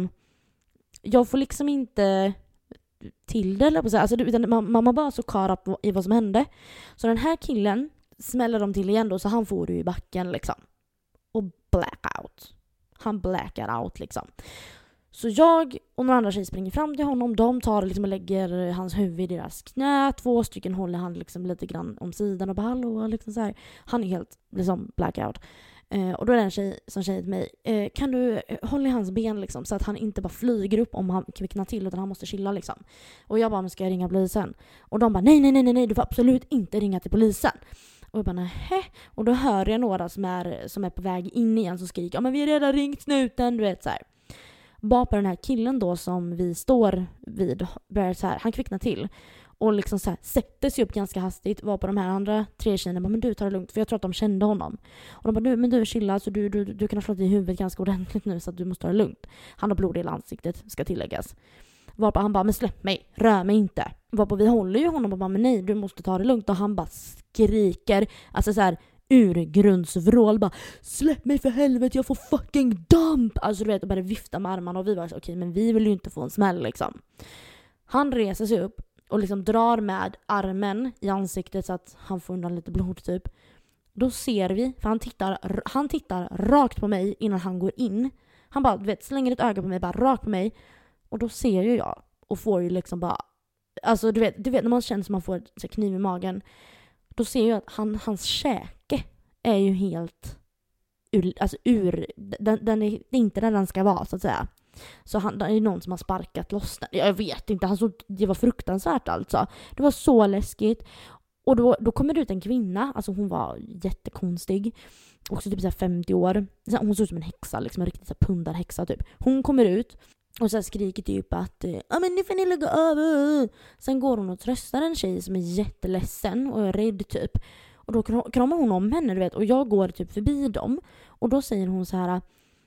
till det eller på så här. Alltså, utan man bara så kar upp i vad som hände. Så den här killen smäller de till igen då, så han får du i backen liksom. Och blackout. Han blackar out liksom. Så jag och några andra tjejer springer fram till honom. De tar liksom och lägger hans huvud i deras knä. 2 stycken håller han liksom lite grann om sidan och bara hallå liksom så här. Han är helt liksom blackout. Och då är det en tjej som säger till mig, kan du hålla i hans ben liksom, så att han inte bara flyger upp om han kvicknar till, utan han måste chilla liksom. Och jag bara, men ska jag ringa polisen? Och de bara, nej, du får absolut inte ringa till polisen. Och jag bara, nähä. Och då hör jag några som är på väg in igen som skriker, ja men vi har redan ringt snuten, du vet så här. Bara på den här killen då som vi står vid börjar så här, han kvicknar till. Och liksom så här, sätter sig upp ganska hastigt. Var på de här andra 3 tjejerna bara, men du tar det lugnt. För jag tror att de kände honom. Och de bara, men du chilla. Så du kan ha slått i huvudet ganska ordentligt nu. Så att du måste ta det lugnt. Han har blod i ansiktet, ska tilläggas. Varpå han bara, men släpp mig. Rör mig inte. Varpå vi håller ju honom och bara, men nej, du måste ta det lugnt. Och han bara skriker. Alltså så här, urgrundsvrål. Bara, släpp mig för helvete, jag får fucking dump. Alltså du vet, och bara vifta med armarna. Och vi var så okej, men vi vill ju inte få en smäll liksom. Han reser sig upp och liksom drar med armen i ansiktet så att han får undan lite blod typ. Då ser vi, för han tittar rakt på mig innan han går in. Han bara, du vet, slänger ett öga på mig, bara rakt på mig. Och då ser ju jag och får ju liksom bara, alltså du vet när man känner som man får ett kniv i magen. Då ser jag att hans käke är ju helt den är inte där den ska vara så att säga. Så det är någon som har sparkat loss den. Jag vet inte, det var fruktansvärt alltså. Det var så läskigt. Och då kommer det ut en kvinna, alltså hon var jättekonstig. Också typ så här 50 år. Hon såg ut som en häxa, liksom en riktigt så här pundarhäxa typ. Hon kommer ut och så här skriker typ att men nu får ni lägga över. Sen går hon och tröstar en tjej som är jätteledsen och är rädd typ. Och då kramar hon om henne, du vet. Och jag går typ förbi dem. Och då säger hon så här: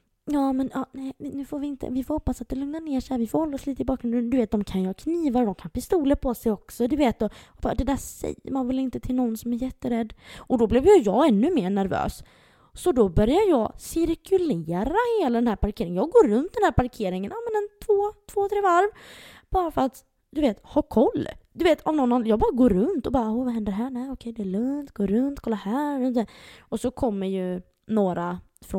ja men nej, nu får vi inte. Vi får hoppas att det lugnar ner sig. Vi får hålla oss lite i bakgrunden. Du vet, de kan ju ha knivar. De kan ha pistoler på sig också. Du vet, och bara, det där säger man väl inte till någon som är jätterädd. Och då blev jag ännu mer nervös. Så då börjar jag cirkulera hela den här parkeringen. Jag går runt den här parkeringen en 2-3 varv. Bara för att, du vet, ha koll. Du vet, av någon, jag bara går runt och bara, vad händer här? Nej, okej, det är lugnt. Gå runt, kolla här. Och så kommer ju några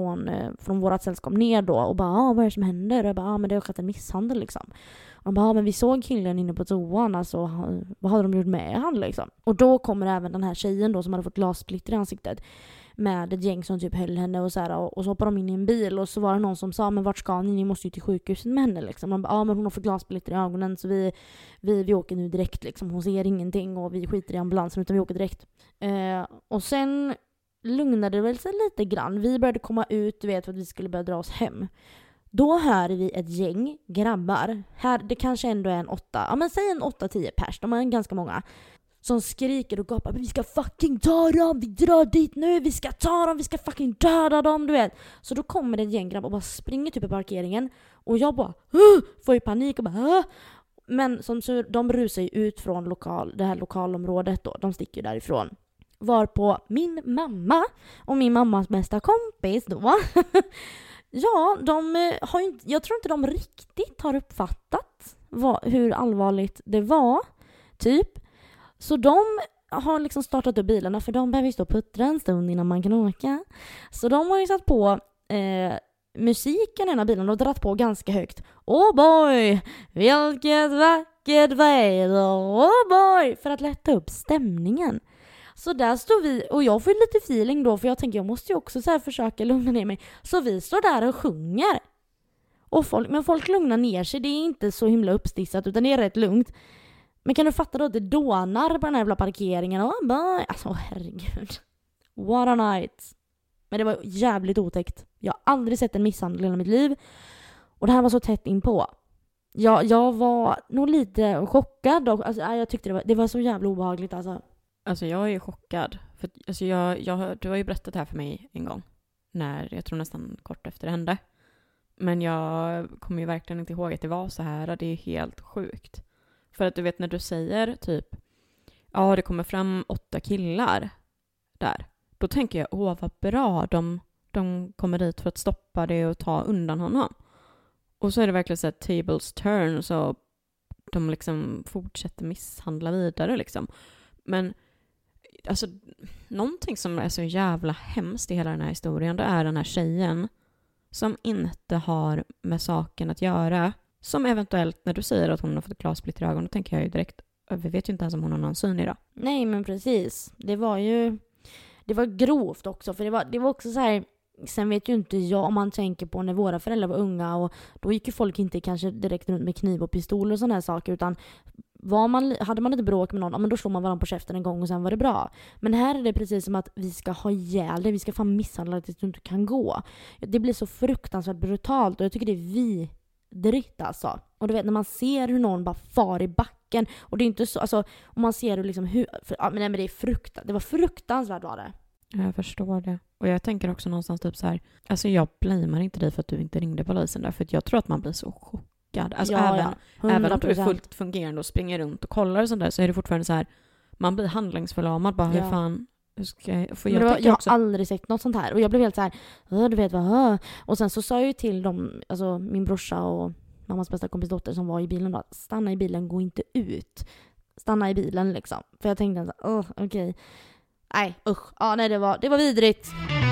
från vårat sällskap ner då och bara, vad är det som händer? Och jag bara, men det har skett en misshandel liksom. Och de bara, men vi såg killen inne på toan, alltså vad hade de gjort med han liksom? Och då kommer även den här tjejen då som hade fått glassplitter i ansiktet med ett gäng som typ höll henne och så här, och så hoppade de in i en bil och så var det någon som sa, men vart ska ni? Ni måste ju till sjukhuset med henne liksom. De bara, men hon har fått glassplitter i ögonen så vi åker nu direkt liksom. Hon ser ingenting och vi skiter i ambulansen utan vi åker direkt. Och sen lugnade det väl sig lite grann. Vi började komma ut, du vet, för att vi skulle börja dra oss hem. Då hör vi ett gäng grabbar. Här, det kanske ändå är säg en 8-10 pers. De är ganska många. Som skriker och gapar, vi ska fucking ta dem, vi drar dit nu, vi ska ta dem, vi ska fucking döda dem, du vet. Så då kommer det ett gäng grabbar och bara springer typ i parkeringen. Och jag bara, får ju panik och bara, Men som så, de rusar ju ut från det här lokalområdet då. De sticker därifrån. Varpå min mamma och min mammas bästa kompis då ja, jag tror inte de riktigt har uppfattat hur allvarligt det var typ. Så de har liksom startat upp bilarna, för de behöver ju stå och puttra en stund innan man kan åka. Så de har ju satt på musiken i den här bilen och dratt på ganska högt. Oh boy, vilket vackert väder, oh boy, för att lätta upp stämningen. Så där står vi, och jag får lite feeling då, för jag tänker jag måste ju också så här försöka lugna ner mig. Så vi står där och sjunger. Och folk lugnar ner sig, det är inte så himla uppstissat utan det är rätt lugnt. Men kan du fatta då att det dånar på den här jävla parkeringen? Alltså herregud. What a night. Men det var jävligt otäckt. Jag har aldrig sett en misshandel i hela mitt liv. Och det här var så tätt inpå. Jag var nog lite chockad. Alltså, jag tyckte det var så jävla obehagligt.
Alltså jag är ju chockad. För alltså du har ju berättat det här för mig en gång. Jag tror nästan kort efter det hände. Men jag kommer ju verkligen inte ihåg att det var så här. Det är helt sjukt. För att du vet när du säger typ, det kommer fram 8 killar där. Då tänker jag, vad bra, de kommer dit för att stoppa det och ta undan honom. Och så är det verkligen så att tables turn, så de liksom fortsätter misshandla vidare liksom. Men alltså, någonting som är så jävla hemskt i hela den här historien, det är den här tjejen som inte har med saken att göra. Som eventuellt, när du säger att hon har fått glassplitter i ögonen, då tänker jag ju direkt, vi vet ju inte ens om hon har någon syn idag.
Nej, men precis. Det var grovt också, för det var också så här. Sen vet ju inte jag, om man tänker på när våra föräldrar var unga, och då gick ju folk inte kanske direkt runt med kniv och pistol och sådana här saker, utan hade man inte bråk med någon, men då slår man varandra på käften en gång och sen var det bra. Men här är det precis som att vi ska ha ihjäl det, vi ska fan misshandla tills du inte kan gå. Det blir så fruktansvärt brutalt, och jag tycker det är vidrigt alltså. Och du vet, när man ser hur någon bara far i backen, och det är inte så, alltså, om man ser hur liksom men det är det var fruktansvärt var det.
Jag förstår det. Och jag tänker också någonstans typ så här, alltså jag blamear inte dig för att du inte ringde polisen där, för att jag tror att man blir så chockad. Alltså även om du är fullt fungerande och springer runt och kollar och sånt där, så är det fortfarande så här, man blir handlingsförlamad bara, hur fan, hur ska jag
har aldrig sett något sånt här, och jag blev helt så här, du vet vad. Och sen så sa jag ju till dem, alltså min brorsa och mammas bästa kompis dotter som var i bilen då, stanna i bilen, gå inte ut. Stanna i bilen liksom. För jag tänkte så okej. Nej, usch. Ja, nej, det var vidrigt.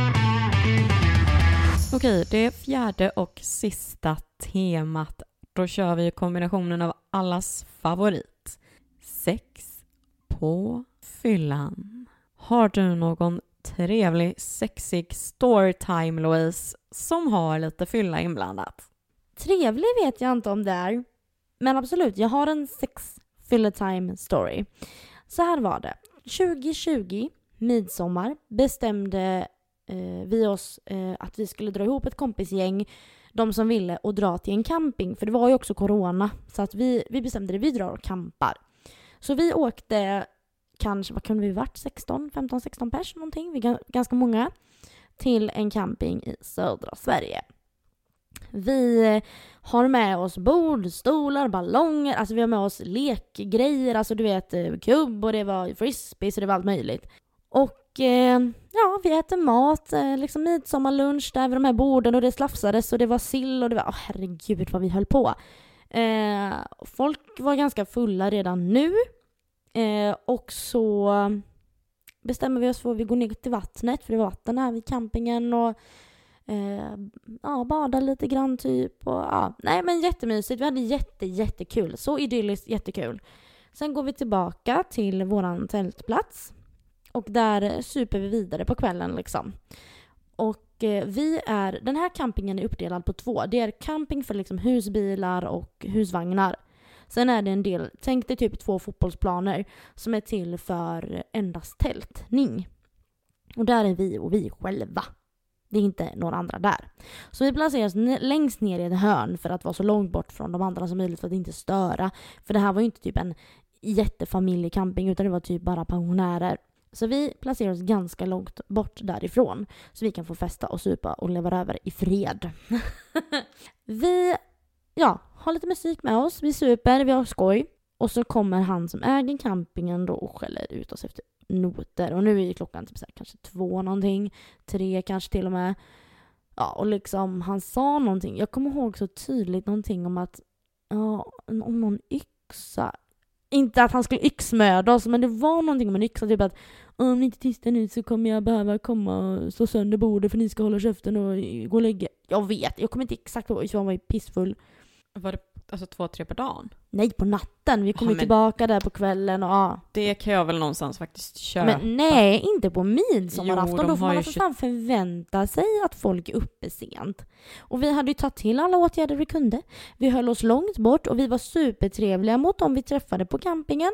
Okej, det 4:e och sista temat. Då kör vi kombinationen av allas favorit. Sex på fyllan. Har du någon trevlig, sexig storytime, Louise, som har lite fylla inblandat.
Trevlig vet jag inte om det är. Men absolut, jag har en fylla-time story. Så här var det. 2020, midsommar, bestämde vi oss att vi skulle dra ihop ett kompisgäng, de som ville, och dra till en camping. För det var ju också corona. Så att vi bestämde det, vi drar och campar. Så vi åkte, kanske, vad kunde vi varit? 15-16 pers någonting. Vi ganska många. Till en camping i södra Sverige. Vi har med oss bord, stolar, ballonger. Alltså vi har med oss lekgrejer. Alltså du vet, kubb och det var frisbee, så det var allt möjligt. Och ja, vi äter mat, liksom midsommarlunch där vid de här borden, och det slafsades och det var sill och det var, herregud vad vi höll på. Folk var ganska fulla redan nu. Och så bestämmer vi oss för att vi går ner till vattnet, för det var vatten här vid campingen, och bada lite grann typ. Och, nej men jättemysigt, vi hade jättekul, så idylliskt, jättekul. Sen går vi tillbaka till våran tältplats. Och där super vi vidare på kvällen liksom. Och den här campingen är uppdelad på 2. Det är camping för liksom husbilar och husvagnar. Sen är det en del, tänk dig typ 2 fotbollsplaner som är till för endast tältning. Och där är vi själva. Det är inte några andra där. Så vi placeras längst ner i ett hörn för att vara så långt bort från de andra som möjligt, för att inte störa. För det här var ju inte typ en jättefamiljecamping, utan det var typ bara pensionärer. Så vi placerar oss ganska långt bort därifrån, så vi kan få festa och supa och leva över i fred. Vi har lite musik med oss, vi super, vi har skoj. Och så kommer han som äger campingen då och skäller ut oss efter noter. Och nu är klockan typ så här, kanske 2 någonting, 3 kanske till och med. Ja, och liksom han sa någonting. Jag kommer ihåg så tydligt någonting om att om någon yxa. Inte att han skulle yxmörda oss, men det var någonting om en yxa. Typ att om ni inte tystar nu så kommer jag behöva komma och slå sönder bordet för ni ska hålla käften och gå och lägga. Jag kommer inte exakt ihåg, för han var ju pissfull.
Var det alltså 2-3 per dagen?
Nej, på natten. Vi kom tillbaka där på kvällen och
det kan jag väl någonstans faktiskt köpa.
Men nej, inte på midsommarafton. Då får man fan förvänta sig att folk är uppe sent. Och vi hade ju tagit till alla åtgärder vi kunde. Vi höll oss långt bort och vi var supertrevliga mot dem vi träffade på campingen.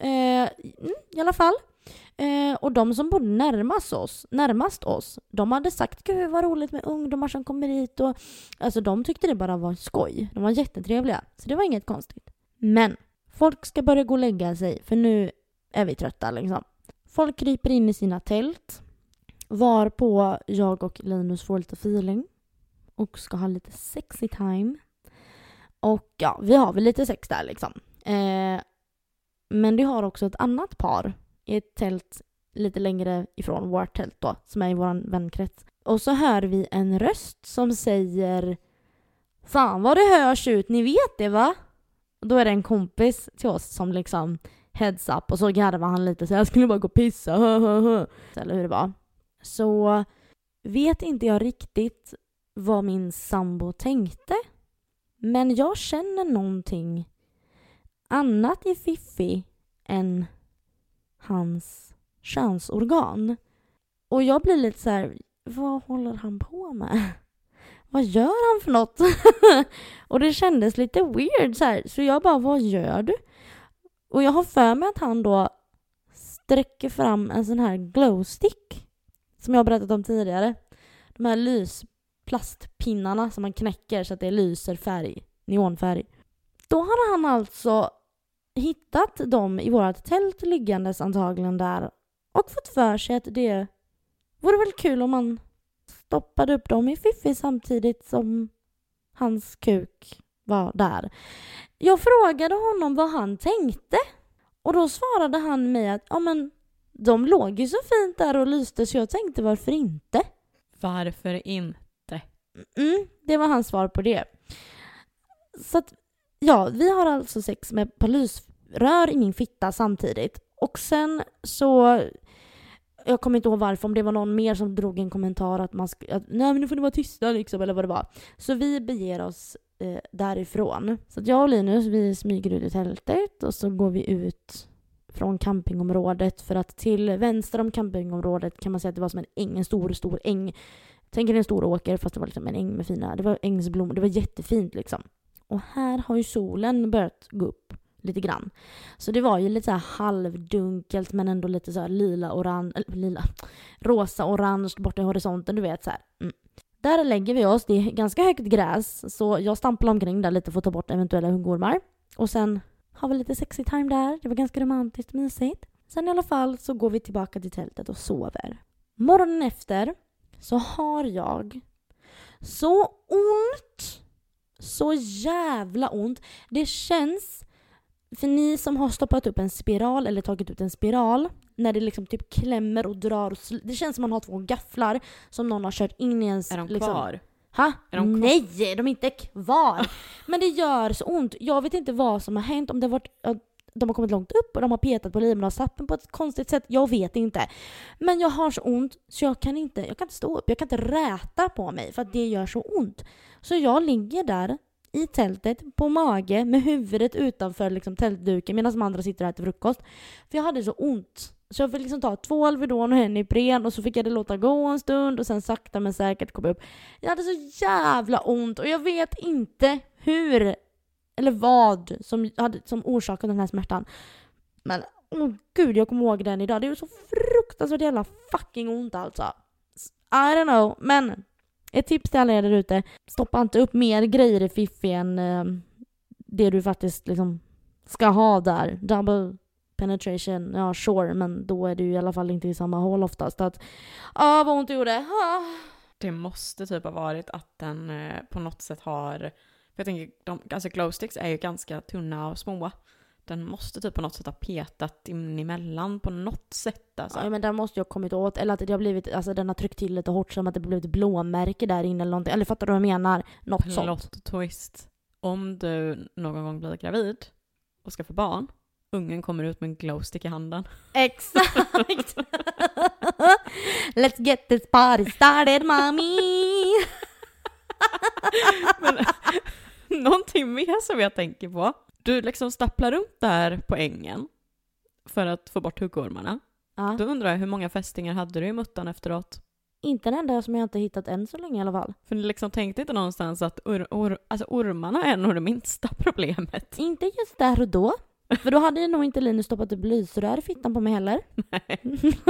I alla fall. Och de som bodde närmast oss, de hade sagt gud vad roligt med ungdomar som kommer hit, och alltså de tyckte det bara var skoj. De var jättetrevliga, så det var inget konstigt. Men folk ska börja gå och lägga sig, för nu är vi trötta liksom. Folk kryper in i sina tält, varpå jag och Linus får lite feeling och ska ha lite sexy time. Och ja, vi har väl lite sex där liksom. Men det har också ett annat par i ett tält lite längre ifrån vårt tält då, som är i vår vänkrets. Och så hör vi en röst som säger fan vad det hörs ut, ni vet det va? Och då är det en kompis till oss som liksom heads up, och så garvar han lite så jag skulle bara gå och pissa, eller hur det var. Så vet inte jag riktigt vad min sambo tänkte, men jag känner någonting annat i Fiffi än hans könsorgan. Och jag blir lite så här, vad håller han på med? Vad gör han för något? Och det kändes lite weird så här. Så jag bara, vad gör du? Och jag har för mig att han då sträcker fram en sån här glowstick som jag har berättat om tidigare. De här lysplastpinnarna som man knäcker så att det lyser färg, neonfärg. Då har han alltså hittat dem i vårt tält liggandes antagligen där och fått för sig att det vore väl kul om man stoppade upp dem i Fiffi samtidigt som hans kuk var där. Jag frågade honom vad han tänkte, och då svarade han mig att de låg ju så fint där och lyste, så jag tänkte varför inte?
Varför inte?
Det var hans svar på det. Så att ja, vi har alltså sex med lysrör i min fitta samtidigt. Och sen så, jag kommer inte ihåg varför, om det var någon mer som drog en kommentar att nej men nu får ni vara tysta liksom, eller vad det var. Så vi beger oss därifrån. Så att jag och Linus, vi smyger ut i tältet och så går vi ut från campingområdet. För att till vänster om campingområdet kan man säga att det var som en stor äng. Tänk er en stor åker fast det var liksom en äng med fina, det var ängsblommor, det var jättefint liksom. Och här har ju solen börjat gå upp lite grann. Så det var ju lite så här halvdunkelt men ändå lite så här rosa-orange borta i horisonten, du vet så här. Där lägger vi oss, det är ganska högt gräs så jag stamplar omkring där lite för att ta bort eventuella huggormar. Och sen har vi lite sexy time där, det var ganska romantiskt och mysigt. Sen i alla fall så går vi tillbaka till tältet och sover. Morgonen efter så har jag så ont, så jävla ont. Det känns, för ni som har stoppat upp en spiral eller tagit ut en spiral, när det liksom typ klämmer och drar och det känns som man har 2 gafflar som någon har kört in i ens...
Är de
liksom,
kvar?
Ha?
Är de kvar?
Nej, de är inte kvar. Men det gör så ont. Jag vet inte vad som har hänt. Om det har varit, de har kommit långt upp och de har petat på livmoderhalstappen på ett konstigt sätt. Jag vet inte. Men jag har så ont så jag kan inte stå upp. Jag kan inte räta på mig för att det gör så ont. Så jag ligger där i tältet på mage med huvudet utanför liksom tältduken medan de andra sitter och äter frukost. För jag hade så ont. Så jag fick liksom ta 2 Alvedon och en Ipren och så fick jag det låta gå en stund och sen sakta men säkert komma upp. Jag hade så jävla ont och jag vet inte hur eller vad som orsakade den här smärtan. Men gud, jag kommer ihåg den idag. Det är ju så fruktansvärt jävla fucking ont alltså. I don't know, men ett tips till alla er där ute. Stoppa inte upp mer grejer i fiffi än det du faktiskt liksom ska ha där. Double penetration, ja sure, men då är det ju i alla fall inte i samma hål oftast. Att, vad ont det gjorde.
Det måste typ ha varit att den på något sätt har, för jag tänker, alltså glowsticks är ju ganska tunna och små. Den måste typ på något sätt ha petat in emellan på något sätt. Alltså.
Ja, men den måste ju ha kommit åt, eller att det har blivit, alltså den har tryckt till lite hårt som att det blivit ett blåmärke där inne eller någonting. Eller fattar du vad jag menar? Något sånt.
Plot twist. Om du någon gång blir gravid och ska få barn, ungen kommer ut med en glowstick i handen.
Exakt! Let's get this party started, mommy!
Men någonting mer som jag tänker på. Du liksom stapplar runt där på ängen för att få bort huggormarna.
Ja.
Då undrar jag, hur många fästingar hade du i muttan efteråt?
Inte en enda som jag inte hittat än så länge i alla fall.
För ni liksom tänkte inte någonstans att alltså ormarna är nog det minsta problemet.
Inte just där och då. För då hade ju nog inte Linus stoppat upp lysrör i fittan på mig heller.
Nej.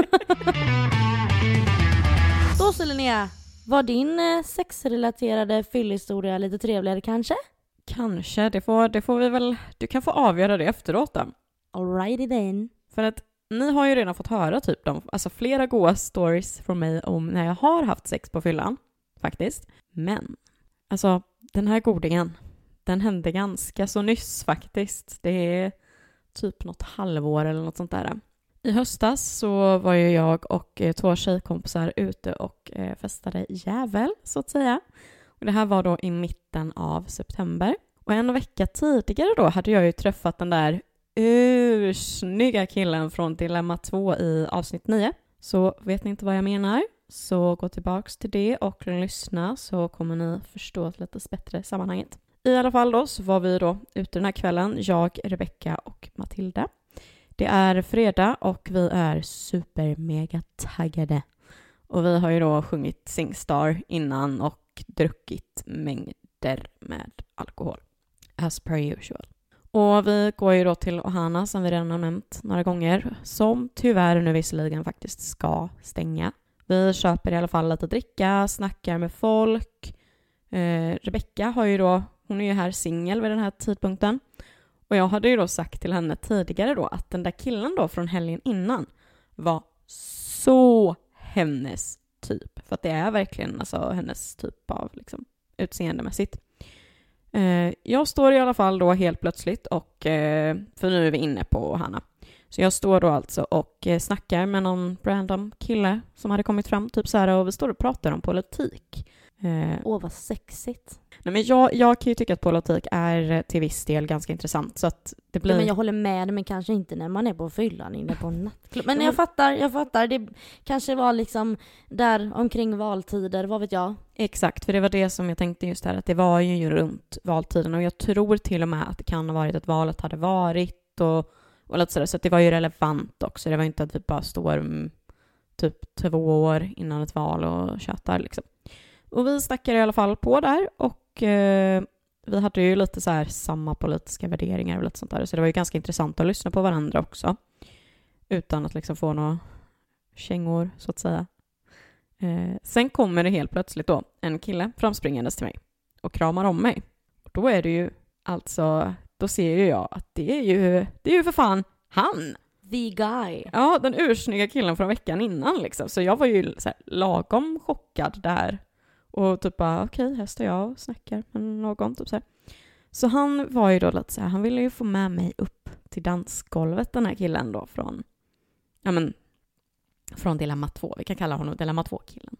Så Linnea, var din sexrelaterade fyllhistoria lite trevligare kanske?
Kanske, det får vi väl, du kan få avgöra det efteråt då.
Alrighty then.
För att ni har ju redan fått höra typ flera goa stories från mig om när jag har haft sex på fyllan, faktiskt. Men, alltså den här godingen, den hände ganska så nyss faktiskt. Det är typ något halvår eller något sånt där. I höstas så var ju jag och 2 tjejkompisar ute och festade jävel, så att säga. Och det här var då i mitten av september. Och en vecka tidigare då hade jag ju träffat den där snygga killen från Dilemma 2 i avsnitt 9. Så vet ni inte vad jag menar, så gå tillbaks till det och lyssna så kommer ni förstå lite bättre sammanhanget. I alla fall då så var vi då ute den här kvällen, jag, Rebecca och Matilda. Det är fredag och vi är super mega taggade. Och vi har ju då sjungit Singstar innan och druckit mängder med alkohol. As per usual. Och vi går ju då till Ohana som vi redan har nämnt några gånger. Som tyvärr nu visserligen faktiskt ska stänga. Vi köper i alla fall lite dricka, snackar med folk. Rebecca har ju då, hon är ju här singel vid den här tidpunkten. Och jag hade ju då sagt till henne tidigare då att den där killen då från helgen innan var så hennes typ. För att det är verkligen alltså hennes typ av liksom, utseendemässigt. Jag står i alla fall då helt plötsligt och för nu är vi inne på Hanna. Så jag står då alltså och snackar med någon random kille som hade kommit fram typ så här, och vi står och pratar om politik.
Vad sexigt.
Nej, men jag kan ju tycka att politik är till viss del ganska intressant så att det blir...
Ja, men jag håller med, men kanske inte när man är på fyllan inne på en nattklubb. Men jag fattar. Det kanske var liksom där omkring valtider, vad vet jag.
Exakt, för det var det som jag tänkte just här, att det var ju runt valtiden och jag tror till och med att det kan ha varit att valet hade varit Och lite sådär, så att det var ju relevant också. Det var inte att vi bara står typ 2 år innan ett val och tjötar liksom. Och vi snackade i alla fall på där och vi hade ju lite så här samma politiska värderingar och lite sånt där. Så det var ju ganska intressant att lyssna på varandra också. Utan att liksom få några kängor så att säga. Sen kommer det helt plötsligt då en kille framspringandes till mig och kramar om mig. Och då är det ju alltså, då ser ju jag att det är ju för fan han.
The guy.
Ja, den ursnygga killen från veckan innan liksom. Så jag var ju så här lagom chockad där. Och typ bara, okej, här står jag och snackar med någon typ så här. Så han var ju då lite så här, han ville ju få med mig upp till dansgolvet, den här killen då från, ja men, från Dilemma 2. Vi kan kalla honom Dilemma 2-killen.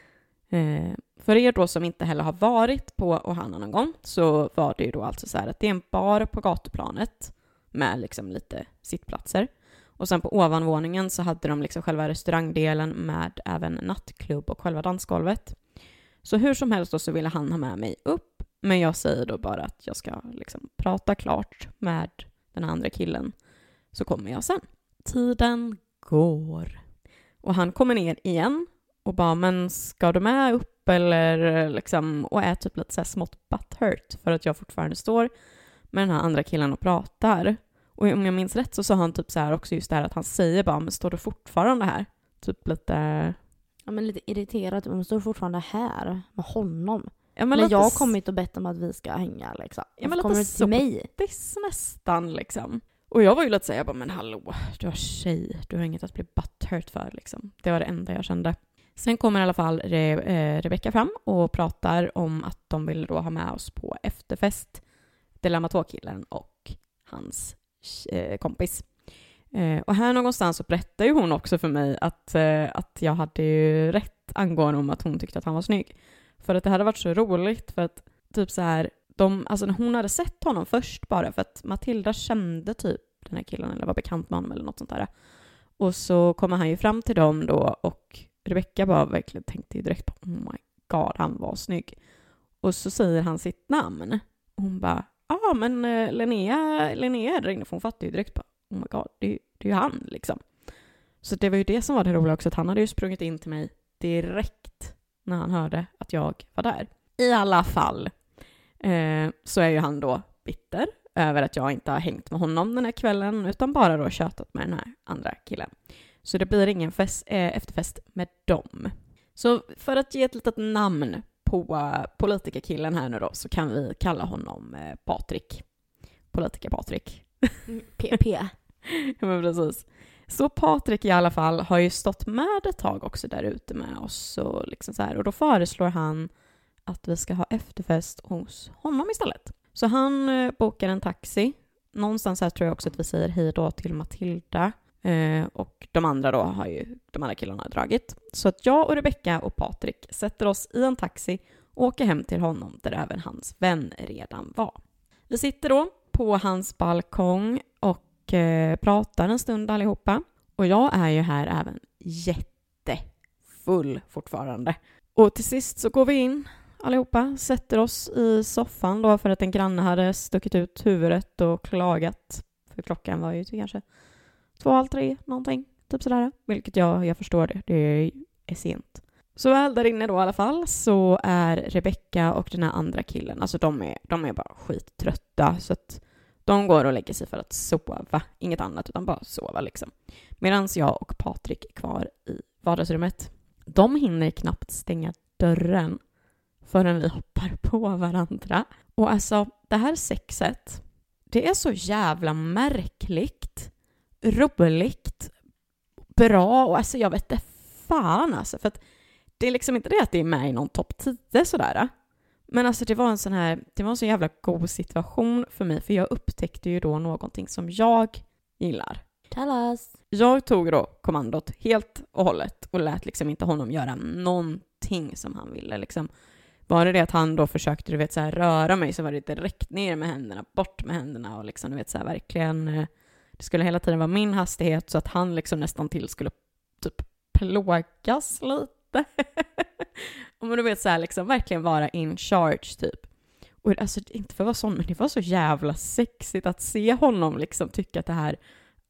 För er då som inte heller har varit på Ohana någon gång, så var det ju då alltså så här att det är en bar på gatuplanet med liksom lite sittplatser. Och sen på ovanvåningen så hade de liksom själva restaurangdelen med även nattklubb och själva dansgolvet. Så hur som helst då så ville han ha med mig upp. Men jag säger då bara att jag ska liksom prata klart med den andra killen. Så kommer jag sen. Tiden går. Och han kommer ner igen. Och bara, men ska du med upp eller liksom. Och är typ lite så här smått butthurt. För att jag fortfarande står med den här andra killen och pratar. Och om jag minns rätt så sa han typ så här också just det här att han säger bara, men står du fortfarande här? Typ lite...
Ja, men lite irriterad. Men står fortfarande här med honom.
Ja,
men jag har kommit och bett om att vi ska hänga liksom.
Ja, men
kommer
lite
till mig.
Det är nästan liksom. Och jag var ju lite så här, jag bara, men hallå, du har tjej. Du har inget att bli butthurt för liksom. Det var det enda jag kände. Sen kommer i alla fall Rebecca fram och pratar om att de vill då ha med oss på efterfest. Dilemma 2-killen och hans kompis. Och här någonstans så berättar ju hon också för mig att jag hade ju rätt angående om att hon tyckte att han var snygg. För att det hade varit så roligt för att typ så här, alltså när hon hade sett honom först bara för att Matilda kände typ den här killen eller var bekant med honom eller något sånt där. Och så kommer han ju fram till dem då och Rebecca bara verkligen tänkte ju direkt på, oh my god, han var snygg. Och så säger han sitt namn. Och hon bara, men Linnea är där inne, för hon fattar ju direkt på, oh my god, det är ju han liksom. Så det var ju det som var det roliga också, att han hade ju sprungit in till mig direkt när han hörde att jag var där. I alla fall så är ju han då bitter över att jag inte har hängt med honom den här kvällen utan bara då tjötat med den här andra killen. Så det blir ingen efterfest med dem. Så för att ge ett litet namn på politikerkillen här nu då så kan vi kalla honom Patrik. Politiker Patrik.
PP.
Ja, men precis. Så Patrik i alla fall har ju stått med ett tag också där ute med oss och liksom så här. Och då föreslår han att vi ska ha efterfest hos honom istället. Så han bokar en taxi. Någonstans här tror jag också att vi säger hej då till Matilda. Och de andra då har ju de andra killarna dragit. Så att jag och Rebecca och Patrik sätter oss i en taxi och åker hem till honom där även hans vän redan var. Vi sitter då på hans balkong och pratar en stund allihopa. Och jag är ju här även jättefull fortfarande. Och till sist så går vi in allihopa, sätter oss i soffan då för att en granne hade stuckit ut huvudet och klagat. För klockan var ju kanske 2:30 någonting, typ sådär. Vilket jag förstår det är sent. Så väl där inne då i alla fall så är Rebecca och den här andra killen, alltså de är bara skittrötta så att de går och lägger sig för att sova. Inget annat utan bara sova liksom. Medan jag och Patrik är kvar i vardagsrummet. De hinner knappt stänga dörren förrän vi hoppar på varandra. Och alltså det här sexet, det är så jävla märkligt, roligt, bra och alltså jag vet inte fan alltså. För att det är liksom inte det att det är med i någon topp 10 sådär. Men alltså det var en så jävla god situation för mig. För jag upptäckte ju då någonting som jag gillar.
Tell us.
Jag tog då kommandot helt och hållet och lät liksom inte honom göra någonting som han ville. Liksom. Var det att han då försökte, du vet, så här, röra mig så var det direkt ner med händerna, bort med händerna och liksom, du vet, så här, verkligen, det skulle hela tiden vara min hastighet så att han liksom nästan till skulle typ plågas lite. Och men du vet så här, liksom verkligen vara in charge typ. Och alltså inte för att vara sån, men det var så jävla sexigt att se honom liksom tycka att det här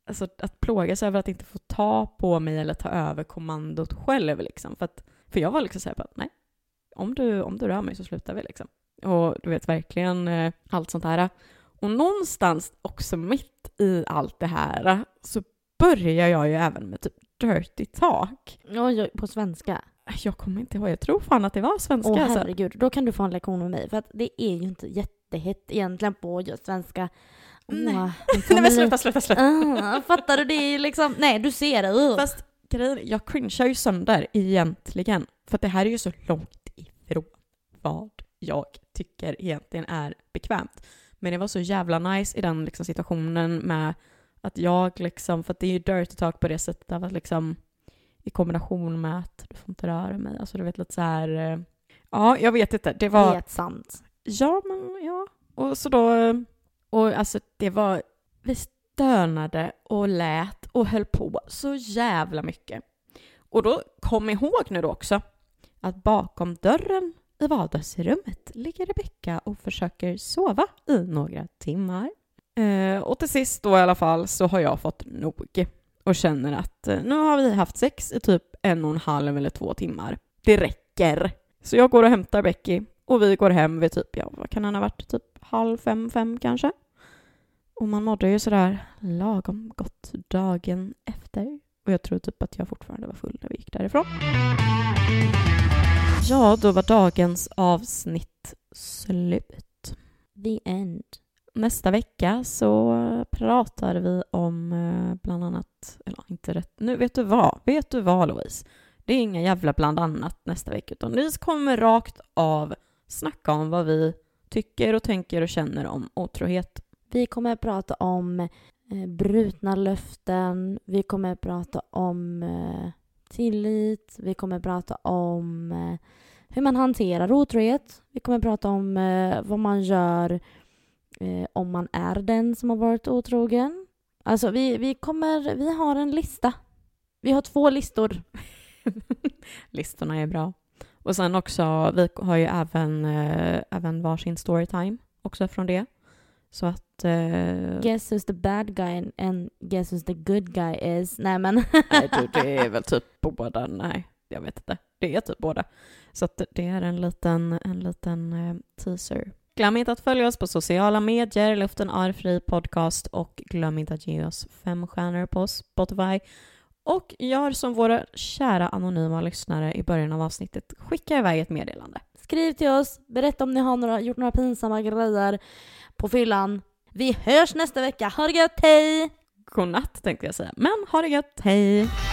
alltså, att plågas över att inte få ta på mig eller ta över kommandot själv liksom. För jag var liksom så här på att nej, om du rör mig så slutar vi liksom. Och du vet verkligen allt sånt här. Och någonstans också mitt i allt det här så börjar jag ju även med typ dirty talk.
Oj, på svenska.
Jag kommer inte ihåg, jag tror fan att det var svenska.
Herregud, då kan du få en lektion med mig. För att det är ju inte jättehett egentligen på just svenska.
Nej men sluta.
Fattar du? Det är liksom, nej du ser det.
Fast grejen, jag cringear ju sönder egentligen. För att det här är ju så långt ifrån vad jag tycker egentligen är bekvämt. Men det var så jävla nice i den liksom situationen med att jag liksom, för att det är ju dirty talk på det sättet av att liksom i kombination med att du får inte röra mig. Alltså du vet lite så här, ja jag vet inte. Det var...
Helt sant.
Ja men ja. Och så då, och alltså det var, vi stönade och lät och höll på så jävla mycket. Och då kom ihåg nu då också att bakom dörren i vardagsrummet ligger Rebecca och försöker sova i några timmar. Och till sist då i alla fall så har jag fått nog och känner att nu har vi haft sex i typ 1,5 eller 2 timmar. Det räcker. Så jag går och hämtar Becky och vi går hem vid typ, ja vad kan han ha varit, typ 4:30 kanske. Och man mådde ju sådär lagom gott dagen efter. Och jag tror typ att jag fortfarande var full när vi gick därifrån. Ja, då var dagens avsnitt slut.
The end.
Nästa vecka så pratar vi om bland annat, eller inte rätt, nu vet du vad Louise? Det är inga jävla bland annat nästa vecka utan vi kommer rakt av snacka om vad vi tycker och tänker och känner om otrohet.
Vi kommer prata om brutna löften, vi kommer prata om tillit, vi kommer prata om hur man hanterar otrohet, vi kommer prata om vad man gör om man är den som har varit otrogen. Alltså vi har en lista. Vi har 2 listor.
Listorna är bra. Och sen också, vi har ju även varsin storytime också från det. Så att...
Guess who's the bad guy and guess who's the good guy is. Nej men...
Nej, det är väl typ båda. Nej, jag vet inte. Det är typ båda. Så att det är en liten teaser. Glöm inte att följa oss på sociala medier, Luften är fri podcast och glöm inte att ge oss 5 stjärnor på Spotify. Och gör som våra kära anonyma lyssnare i början av avsnittet. Skicka iväg ett meddelande.
Skriv till oss, berätta om ni har gjort några pinsamma grejer på fyllan. Vi hörs nästa vecka. Ha det gött, hej!
Godnatt tänkte jag säga, men ha det gött, hej!